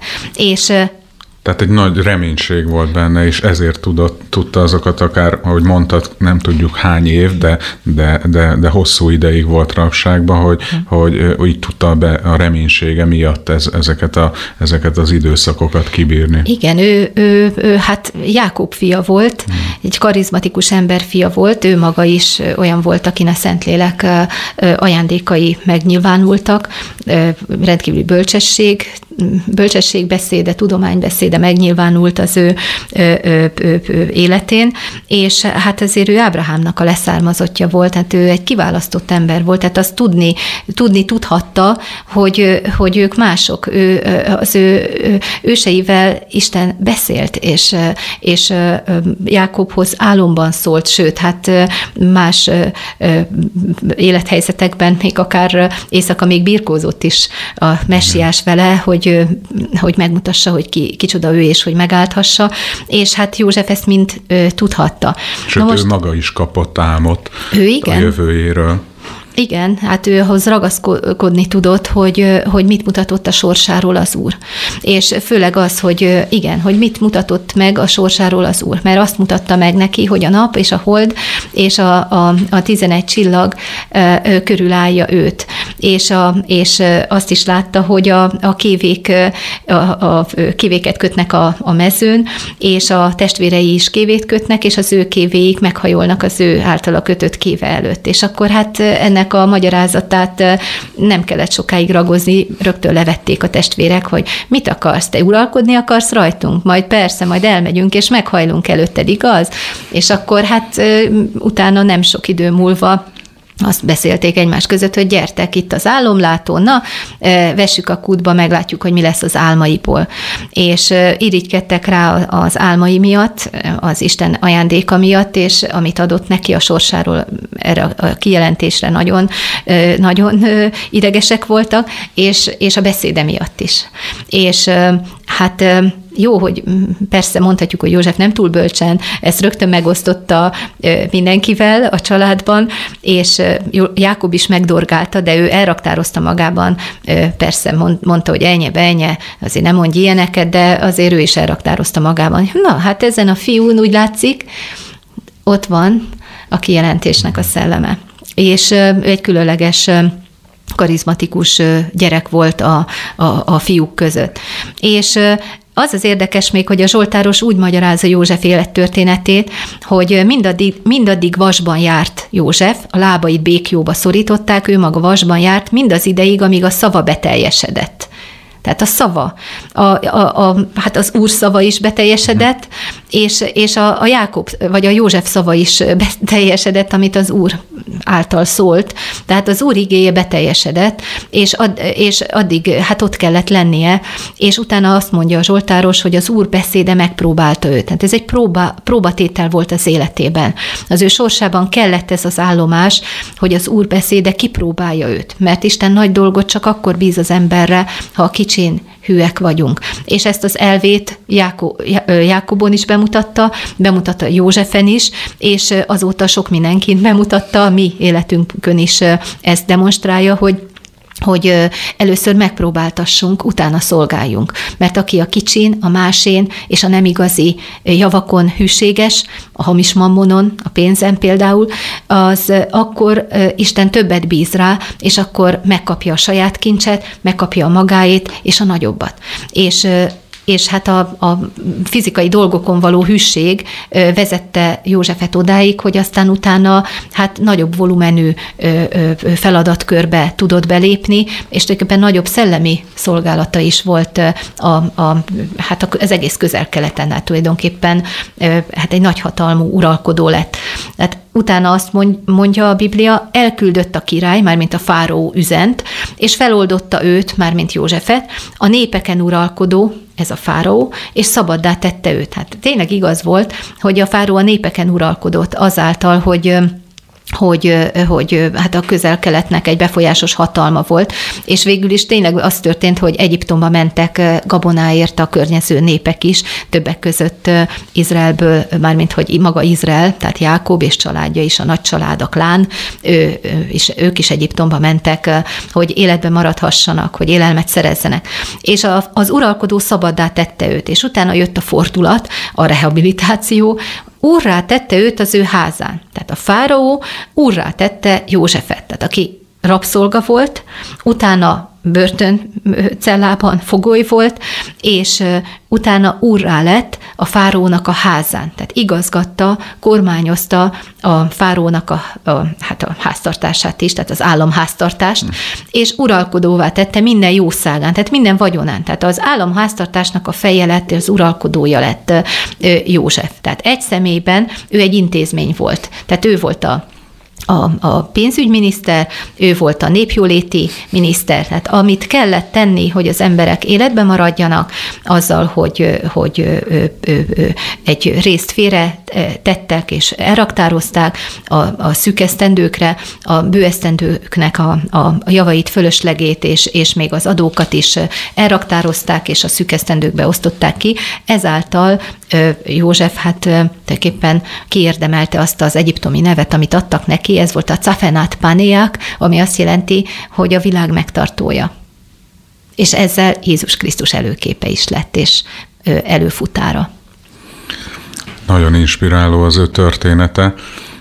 Tehát egy nagy reménység volt benne, és ezért tudta azokat akár, ahogy mondtad, nem tudjuk hány év, de hosszú ideig volt rabságban, hogy így tudta be a reménysége miatt ezeket az időszakokat kibírni. Igen, ő hát Jákob fia volt, egy karizmatikus ember fia volt, ő maga is olyan volt, akin a Szentlélek ajándékai megnyilvánultak, rendkívüli bölcsességbeszéde, tudománybeszéde megnyilvánult az ő életén, és hát azért ő Ábrahámnak a leszármazottja volt, tehát ő egy kiválasztott ember volt, tehát azt tudhatta, hogy ők mások, az ő őseivel Isten beszélt, és Jákobhoz álomban szólt, sőt, hát más élethelyzetekben még akár éjszaka még birkózott is a messiás vele, hogy megmutassa, hogy kicsoda ő, és hogy megállthassa, és hát József ezt mind tudhatta. Sőt, ő maga is kapott álmot a jövőjéről. Igen, hát ő ahhoz ragaszkodni tudott, hogy mit mutatott a sorsáról az Úr. És főleg az, hogy igen, hogy mit mutatott meg a sorsáról az Úr, mert azt mutatta meg neki, hogy a nap és a hold és a 11 csillag körülállja őt. és azt is látta, hogy a kévéket kötnek a mezőn, és a testvérei is kévét kötnek, és az ő kévéik meghajolnak az ő általa kötött kéve előtt. És akkor hát ennek a magyarázatát nem kellett sokáig ragozni, rögtön levették a testvérek, hogy mit akarsz, te uralkodni akarsz rajtunk? Majd persze, majd elmegyünk, és meghajlunk előtted, igaz? És akkor hát utána nem sok idő múlva azt beszélték egymás között, hogy gyertek, itt az álomlátó, na, vessük a kútba, meglátjuk, hogy mi lesz az álmaiból. És irigykedtek rá az álmai miatt, az Isten ajándéka miatt, és amit adott neki a sorsáról, erre a kijelentésre nagyon, nagyon idegesek voltak, és a beszéde miatt is. És hát jó, hogy persze mondhatjuk, hogy József nem túl bölcsen, ezt rögtön megosztotta mindenkivel a családban, és Jákob is megdorgálta, de ő elraktározta magában, persze mondta, hogy ennyi, azért nem mondj ilyeneket, de azért ő is elraktározta magában. Na, hát ezen a fiún úgy látszik, ott van a kijelentésnek a szelleme. És egy különleges karizmatikus gyerek volt a fiúk között. És az érdekes még, hogy a zsoltáros úgy magyarázza József élettörténetét, hogy mindaddig vasban járt József, a lábait békjóba szorították, ő maga vasban járt, mindaz ideig, amíg a szava beteljesedett. Tehát a szava, hát az Úr szava is beteljesedett, és a Jákob, vagy a József szava is beteljesedett, amit az Úr által szólt. Tehát az Úr igéje beteljesedett, és addig hát ott kellett lennie, és utána azt mondja a zsoltáros, hogy az Úr beszéde megpróbálta őt. Tehát ez egy próbatétel volt az életében. Az ő sorsában kellett ez az állomás, hogy az Úr beszéde kipróbálja őt, mert Isten nagy dolgot csak akkor bíz az emberre, ha a kicsin hűek vagyunk. És ezt az elvét Jákobon is bemutatta Józsefen is, és azóta sok mindenkit bemutatta, a mi életünkön is ezt demonstrálja, hogy először megpróbáltassunk, utána szolgáljunk. Mert aki a kicsin, a másén és a nem igazi javakon hűséges, a hamis mammonon, a pénzen például, az akkor Isten többet bíz rá, és akkor megkapja a saját kincset, megkapja a magáét és a nagyobbat. És hát a fizikai dolgokon való hűség vezette Józsefet odáig, hogy aztán utána hát nagyobb volumenű feladatkörbe tudott belépni, és tulajdonképpen nagyobb szellemi szolgálata is volt hát az egész Közel-Keleten, hát tulajdonképpen hát egy nagyhatalmú uralkodó lett. Tehát utána azt mondja a Biblia, elküldött a király, mármint a fáraó üzent, és feloldotta őt, mármint Józsefet, a népeken uralkodó, ez a fáraó, és szabaddá tette őt. Hát tényleg igaz volt, hogy a fáraó a népeken uralkodott azáltal, hogy hát a Közel-Keletnek egy befolyásos hatalma volt, és végül is tényleg az történt, hogy Egyiptomba mentek gabonáért a környező népek is, többek között Izraelből, mármint hogy maga Izrael, tehát Jákob és családja is, a nagy család, a klán, ők is Egyiptomba mentek, hogy életben maradhassanak, hogy élelmet szerezzenek. És az uralkodó szabaddá tette őt, és utána jött a fordulat, a rehabilitáció, úrrá tette őt az ő házán. Tehát a fáraó úrrá tette Józsefet, tehát aki rabszolga volt, utána börtöncellában fogoly volt, és utána úrrá lett a fáraónak a házán. Tehát igazgatta, kormányozta a fáraónak hát a háztartását is, tehát az államháztartást, és uralkodóvá tette minden jószágán, tehát minden vagyonán. Tehát az államháztartásnak a feje lett, az uralkodója lett József. Tehát egy személyben ő egy intézmény volt. Tehát ő volt a pénzügyminiszter, ő volt a népjóléti miniszter, tehát amit kellett tenni, hogy az emberek életben maradjanak, azzal, hogy egy részt félre tettek és elraktározták a szűk esztendőkre, a bő esztendőknek a javait, fölöslegét és még az adókat is elraktározták, és a szűk esztendőkbe osztották ki. Ezáltal József hát tulajdonképpen kiérdemelte azt az egyiptomi nevet, amit adtak neki, ez volt a Tsafenát Paneak, ami azt jelenti, hogy a világ megtartója. És ezzel Jézus Krisztus előképe is lett, és előfutára. Nagyon inspiráló az ő története.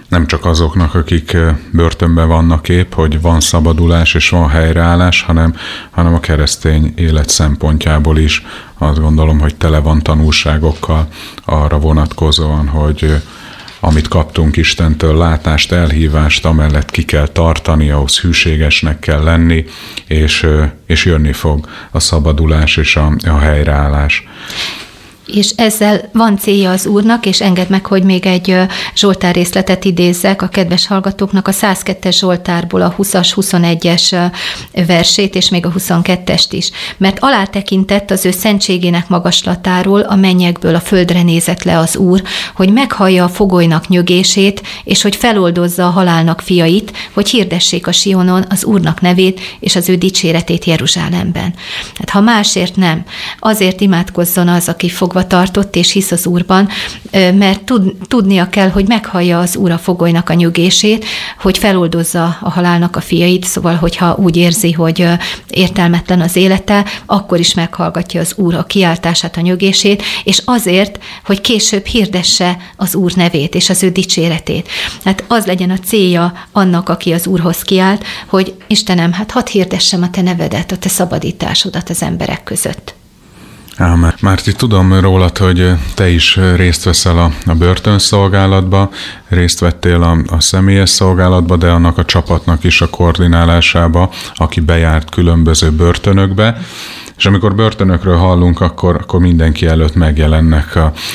nem csak azoknak, akik börtönben vannak épp, hogy van szabadulás és van helyreállás, hanem a keresztény élet szempontjából is azt gondolom, hogy tele van tanulságokkal arra vonatkozóan, hogy amit kaptunk Istentől, látást, elhívást, amellett ki kell tartani, ahhoz hűségesnek kell lenni, és jönni fog a szabadulás és a helyreállás. És ezzel van célja az Úrnak, és engedd meg, hogy még egy Zsoltár részletet idézzek a kedves hallgatóknak, a 102-es Zsoltárból a 20-as, 21-es versét, és még a 22-est is. Mert alátekintett az ő szentségének magaslatáról, a mennyekből a földre nézett le az Úr, hogy meghallja a fogolynak nyögését, és hogy feloldozza a halálnak fiait, hogy hirdessék a Sionon az Úrnak nevét, és az ő dicséretét Jeruzsálemben. Hát ha másért nem, azért imádkozzon az, aki fogva tartott és hisz az Úrban, mert tudnia kell, hogy meghallja az Úr a fogolynak a nyögését, hogy feloldozza a halálnak a fiait, szóval, hogyha úgy érzi, hogy értelmetlen az élete, akkor is meghallgatja az Úr a kiáltását, a nyögését, és azért, hogy később hirdesse az Úr nevét és az ő dicséretét. Hát az legyen a célja annak, aki az Úrhoz kiált, hogy Istenem, hát hadd hirdessem a te nevedet, a te szabadításodat az emberek között. Ámen. Márti, tudom rólad, hogy te is részt veszel a börtönszolgálatba, részt vettél a személyes szolgálatba, de annak a csapatnak is a koordinálásába, aki bejárt különböző börtönökbe. És amikor börtönökről hallunk, akkor mindenki előtt megjelennek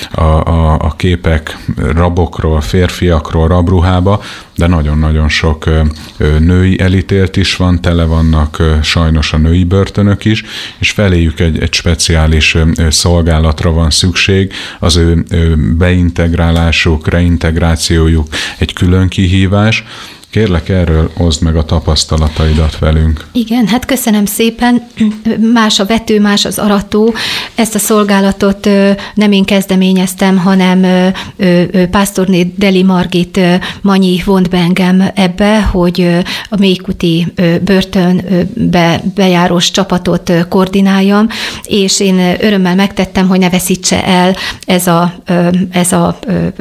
a képek rabokról, férfiakról, rabruhába, de nagyon-nagyon sok női elítélt is van, tele vannak sajnos a női börtönök is, és feléjük egy speciális szolgálatra van szükség, az ő beintegrálásuk, reintegrációjuk egy külön kihívás. Kérlek, erről oszd meg a tapasztalataidat velünk. Igen, hát köszönöm szépen. Más a vető, más az arató. Ezt a szolgálatot nem én kezdeményeztem, hanem pásztorné Deli Margit Manyi vont be engem ebbe, hogy a Mélykuti börtönbe bejárós csapatot koordináljam, és én örömmel megtettem, hogy ne veszítse el ez a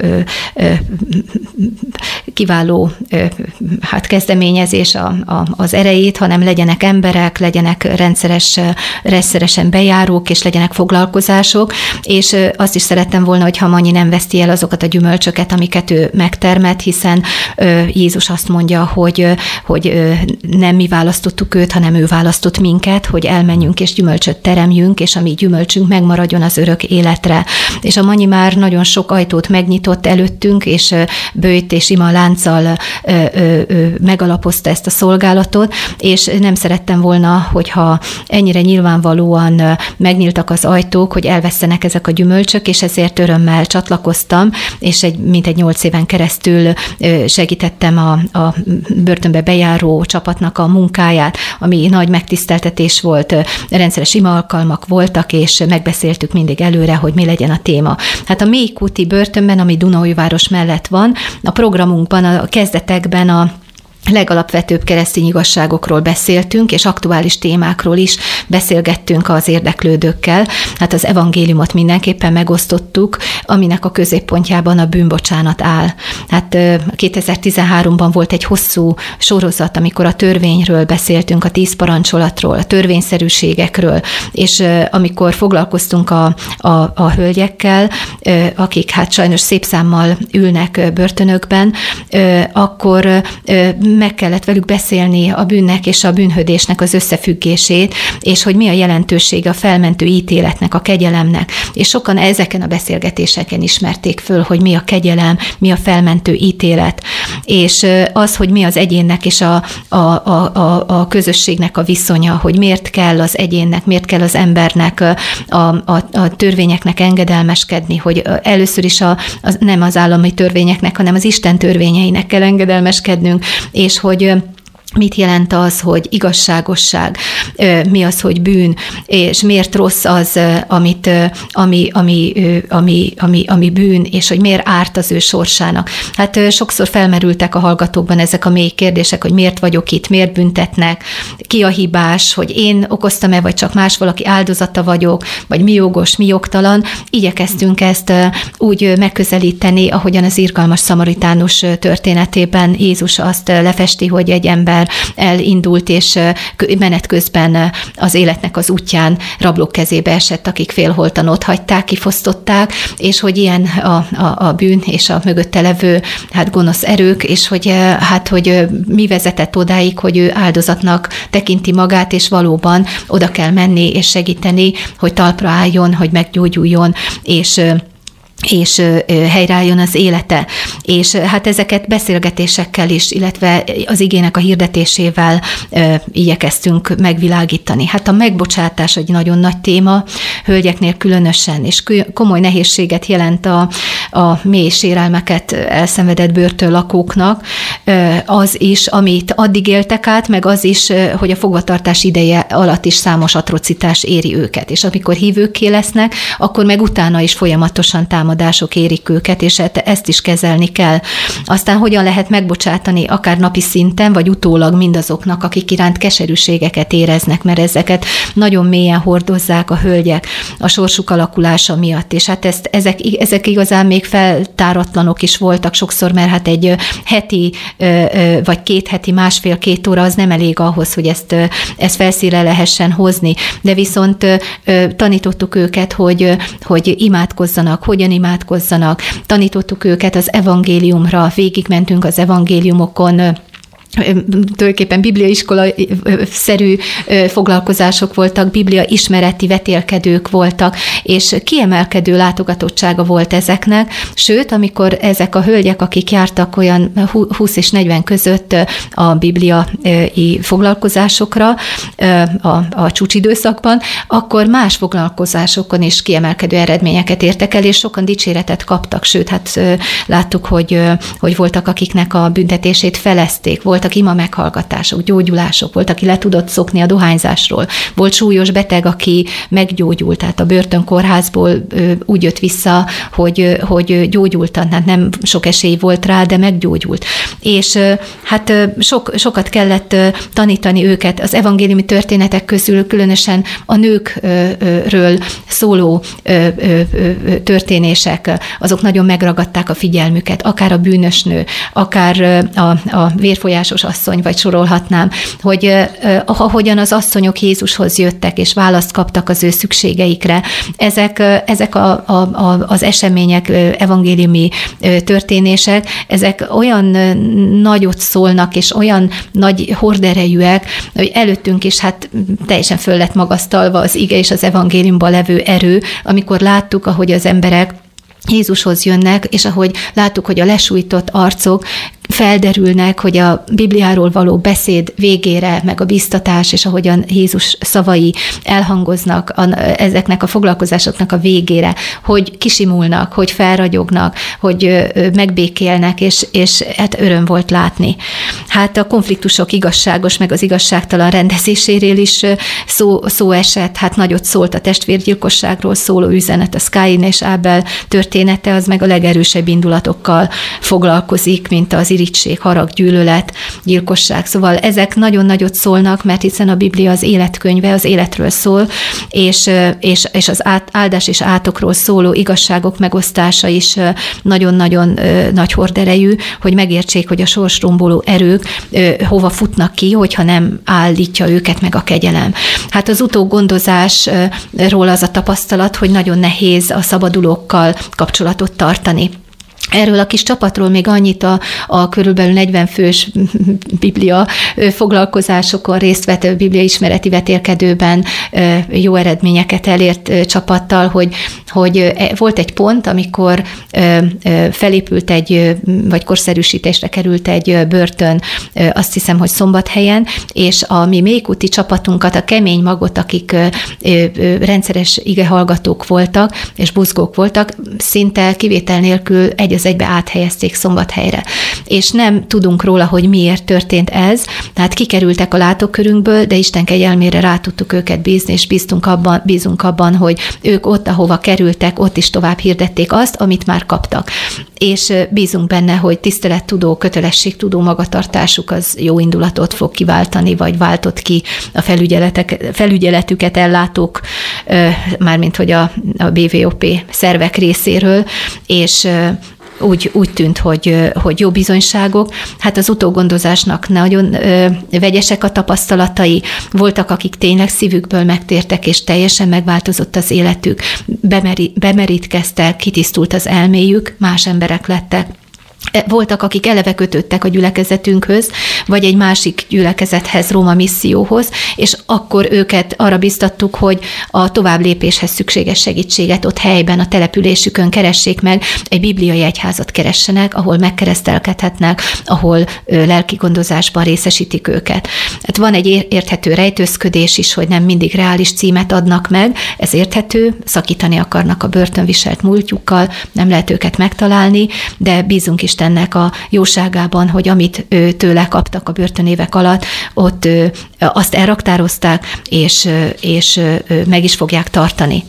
kiváló kezdeményezés az erejét, hanem legyenek emberek, legyenek rendszeresen bejárók, és legyenek foglalkozások, és azt is szerettem volna, hogyha Manyi nem veszti el azokat a gyümölcsöket, amiket ő megtermett, hiszen Jézus azt mondja, hogy nem mi választottuk őt, hanem ő választott minket, hogy elmenjünk és gyümölcsöt teremjünk, és a mi gyümölcsünk megmaradjon az örök életre. És a Manyi már nagyon sok ajtót megnyitott előttünk, és bőjt és ima lánccal megalapozta ezt a szolgálatot, és nem szerettem volna, hogyha ennyire nyilvánvalóan megnyíltak az ajtók, hogy elvesztenek ezek a gyümölcsök, és ezért örömmel csatlakoztam, és mintegy 8 éven keresztül segítettem a börtönbe bejáró csapatnak a munkáját, ami nagy megtiszteltetés volt, rendszeres ima alkalmak voltak, és megbeszéltük mindig előre, hogy mi legyen a téma. Hát a Mélykuti börtönben, ami Dunaújváros mellett van, a programunkban, a kezdetekben a legalapvetőbb keresztény igazságokról beszéltünk, és aktuális témákról is beszélgettünk az érdeklődőkkel. Hát az evangéliumot mindenképpen megosztottuk, aminek a középpontjában a bűnbocsánat áll. Hát 2013-ban volt egy hosszú sorozat, amikor a törvényről beszéltünk, a 10 parancsolatról, a törvényszerűségekről, és amikor foglalkoztunk a hölgyekkel, akik hát sajnos szép számmal ülnek börtönökben, akkor meg kellett velük beszélni a bűnnek és a bűnhődésnek az összefüggését, és hogy mi a jelentősége a felmentő ítéletnek, a kegyelemnek. És sokan ezeken a beszélgetéseken ismerték föl, hogy mi a kegyelem, mi a felmentő ítélet, és az, hogy mi az egyénnek és a közösségnek a viszonya, hogy miért kell az egyénnek, miért kell az embernek a törvényeknek engedelmeskedni, hogy először is nem az állami törvényeknek, hanem az Isten törvényeinek kell engedelmeskednünk, és hogy mit jelent az, hogy igazságosság, mi az, hogy bűn, és miért rossz az, ami bűn, és hogy miért árt az ő sorsának. Hát sokszor felmerültek a hallgatókban ezek a mély kérdések, hogy miért vagyok itt, miért büntetnek, ki a hibás, hogy én okoztam-e, vagy csak más valaki áldozata vagyok, vagy mi jogos, mi jogtalan. Igyekeztünk ezt úgy megközelíteni, ahogyan az irgalmas szamaritánus történetében Jézus azt lefesti, hogy egy ember elindult, és menet közben az életnek az útján rablók kezébe esett, akik félholtan ott hagyták, kifosztották, és hogy ilyen a bűn és a mögötte levő gonosz erők, és hogy mi vezetett odáig, hogy ő áldozatnak tekinti magát, és valóban oda kell menni és segíteni, hogy talpra álljon, hogy meggyógyuljon, és helyreálljon az élete. És hát ezeket beszélgetésekkel is, illetve az igének a hirdetésével igyekeztünk megvilágítani. Hát a megbocsátás egy nagyon nagy téma, hölgyeknél különösen, és komoly nehézséget jelent a mély sérelmeket elszenvedett börtönlakóknak, az is, amit addig éltek át, meg az is, hogy a fogvatartás ideje alatt is számos atrocitás éri őket. És amikor hívőkké lesznek, akkor meg utána is folyamatosan támadások érik őket, és ezt is kezelni kell. Aztán hogyan lehet megbocsátani akár napi szinten, vagy utólag mindazoknak, akik iránt keserűségeket éreznek, mert nagyon mélyen hordozzák a hölgyek a sorsuk alakulása miatt. És hát ezek igazán még feltáratlanok is voltak sokszor, mert hát egy heti, vagy 2 heti, 1,5-2 óra az nem elég ahhoz, hogy ezt felszínre lehessen hozni. De viszont tanítottuk őket, hogy imádkozzanak, hogyan imádkozzanak. Tanítottuk őket az evangéliumra, végigmentünk az evangéliumokon, tulajdonképpen bibliaiskola-szerű foglalkozások voltak, biblia ismereti vetélkedők voltak, és kiemelkedő látogatottsága volt ezeknek, sőt, amikor ezek a hölgyek, akik jártak olyan 20 és 40 között a bibliai foglalkozásokra a csúcsidőszakban, akkor más foglalkozásokon is kiemelkedő eredményeket értek el, és sokan dicséretet kaptak, sőt, hát láttuk, hogy voltak, akiknek a büntetését felezték, voltak ima meghallgatások, gyógyulások, volt, aki le tudott szokni a dohányzásról, volt súlyos beteg, aki meggyógyult, tehát a börtönkórházból úgy jött vissza, hogy gyógyultan, tehát nem sok esély volt rá, de meggyógyult. És hát sokat kellett tanítani őket az evangéliumi történetek közül, különösen a nőkről szóló történések, azok nagyon megragadták a figyelmüket, akár a bűnös nő, akár a vérfolyásos asszony, vagy sorolhatnám, hogy ahogyan az asszonyok Jézushoz jöttek, és választ kaptak az ő szükségeikre, ezek az események, evangéliumi történések, ezek olyan nagyot szólnak, és olyan nagy horderejűek, hogy előttünk is hát teljesen föl lett magasztalva az ige és az evangéliumban levő erő, amikor láttuk, ahogy az emberek Jézushoz jönnek, és ahogy láttuk, hogy a lesújtott arcok felderülnek, hogy a Bibliáról való beszéd végére, meg a biztatás, és ahogyan Jézus szavai elhangoznak ezeknek a foglalkozásoknak a végére, hogy kisimulnak, hogy felragyognak, hogy megbékélnek, és hát öröm volt látni. Hát a konfliktusok igazságos, meg az igazságtalan rendezéséről is szó esett, hát nagyot szólt a testvérgyilkosságról szóló üzenet, a Káin és Ábel története, az meg a legerősebb indulatokkal foglalkozik, mint az irigység, harag, gyűlölet, gyilkosság. Szóval ezek nagyon nagyot szólnak, mert hiszen a Biblia az életkönyve, az életről szól, és az áldás és átokról szóló igazságok megosztása is nagyon-nagyon nagy horderejű, hogy megértsék, hogy a sorsromboló erők hova futnak ki, hogyha nem állítja őket meg a kegyelem. Hát az utógondozásról az a tapasztalat, hogy nagyon nehéz a szabadulókkal kapcsolatot tartani. Erről a kis csapatról még annyit a körülbelül 40 fős biblia foglalkozásokon részt vett biblia ismereti vetélkedőben jó eredményeket elért csapattal, hogy volt egy pont, amikor felépült vagy korszerűsítésre került egy börtön, azt hiszem, hogy Szombathelyen, és a mi mélyúti csapatunkat, a kemény magot, akik rendszeres igehallgatók voltak, és buzgók voltak, szinte kivétel nélkül egy az 1-be áthelyezték Szombathelyre. És nem tudunk róla, hogy miért történt ez, tehát kikerültek a látókörünkből, de Isten kegyelmére rá tudtuk őket bízni, és bízunk abban, hogy ők ott, ahova kerültek, ott is tovább hirdették azt, amit már kaptak. És bízunk benne, hogy tisztelettudó, kötelességtudó magatartásuk az jó indulatot fog kiváltani, vagy váltott ki a felügyeletüket ellátók, mármint hogy a BVOP szervek részéről, és úgy tűnt, hogy jó bizonyságok. Hát az utógondozásnak nagyon vegyesek a tapasztalatai, voltak, akik tényleg szívükből megtértek, és teljesen megváltozott az életük, bemerítkeztek, kitisztult az elméjük, más emberek lettek. Voltak, akik eleve kötöttek a gyülekezetünkhöz, vagy egy másik gyülekezethez, Róma misszióhoz, és akkor őket arra biztattuk, hogy a tovább lépéshez szükséges segítséget ott helyben, a településükön keressék meg, egy bibliai egyházat keressenek, ahol megkeresztelkedhetnek, ahol lelki gondozásban részesítik őket. Hát van egy érthető rejtőzködés is, hogy nem mindig reális címet adnak meg, ez érthető, szakítani akarnak a börtönviselt múltjukkal, nem lehet őket megtalálni, de bízunk Istennek a jóságában, hogy amit tőle kaptak a börtönévek alatt, ott azt elraktározták, és meg is fogják tartani.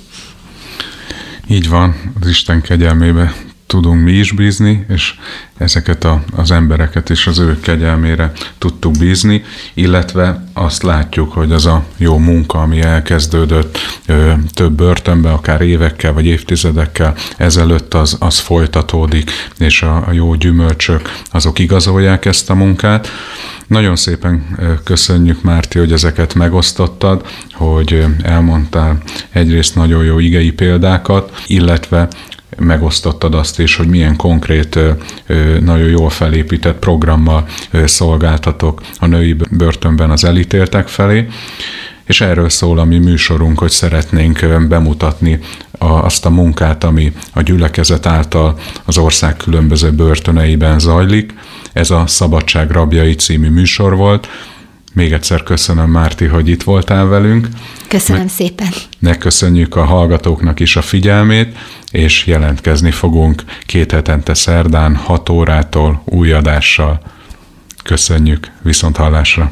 Így van, az Isten kegyelmébe tudunk mi is bízni, és ezeket az embereket is az ő kegyelmére tudtuk bízni, illetve azt látjuk, hogy az a jó munka, ami elkezdődött több börtönben, akár évekkel vagy évtizedekkel ezelőtt, az folytatódik, és a jó gyümölcsök, azok igazolják ezt a munkát. Nagyon szépen köszönjük, Márti, hogy ezeket megosztottad, hogy elmondtál egyrészt nagyon jó igei példákat, illetve megosztottad azt is, hogy milyen konkrét, nagyon jól felépített programmal szolgáltatok a női börtönben az elítéltek felé, és erről szól a mi műsorunk, hogy szeretnénk bemutatni azt a munkát, ami a gyülekezet által az ország különböző börtöneiben zajlik. Ez a Szabadság rabjai című műsor volt. Még egyszer köszönöm, Márti, hogy itt voltál velünk. Köszönöm szépen. Megköszönjük a hallgatóknak is a figyelmét, és jelentkezni fogunk 2 hetente szerdán 6 órától új adással. Köszönjük, viszonthallásra!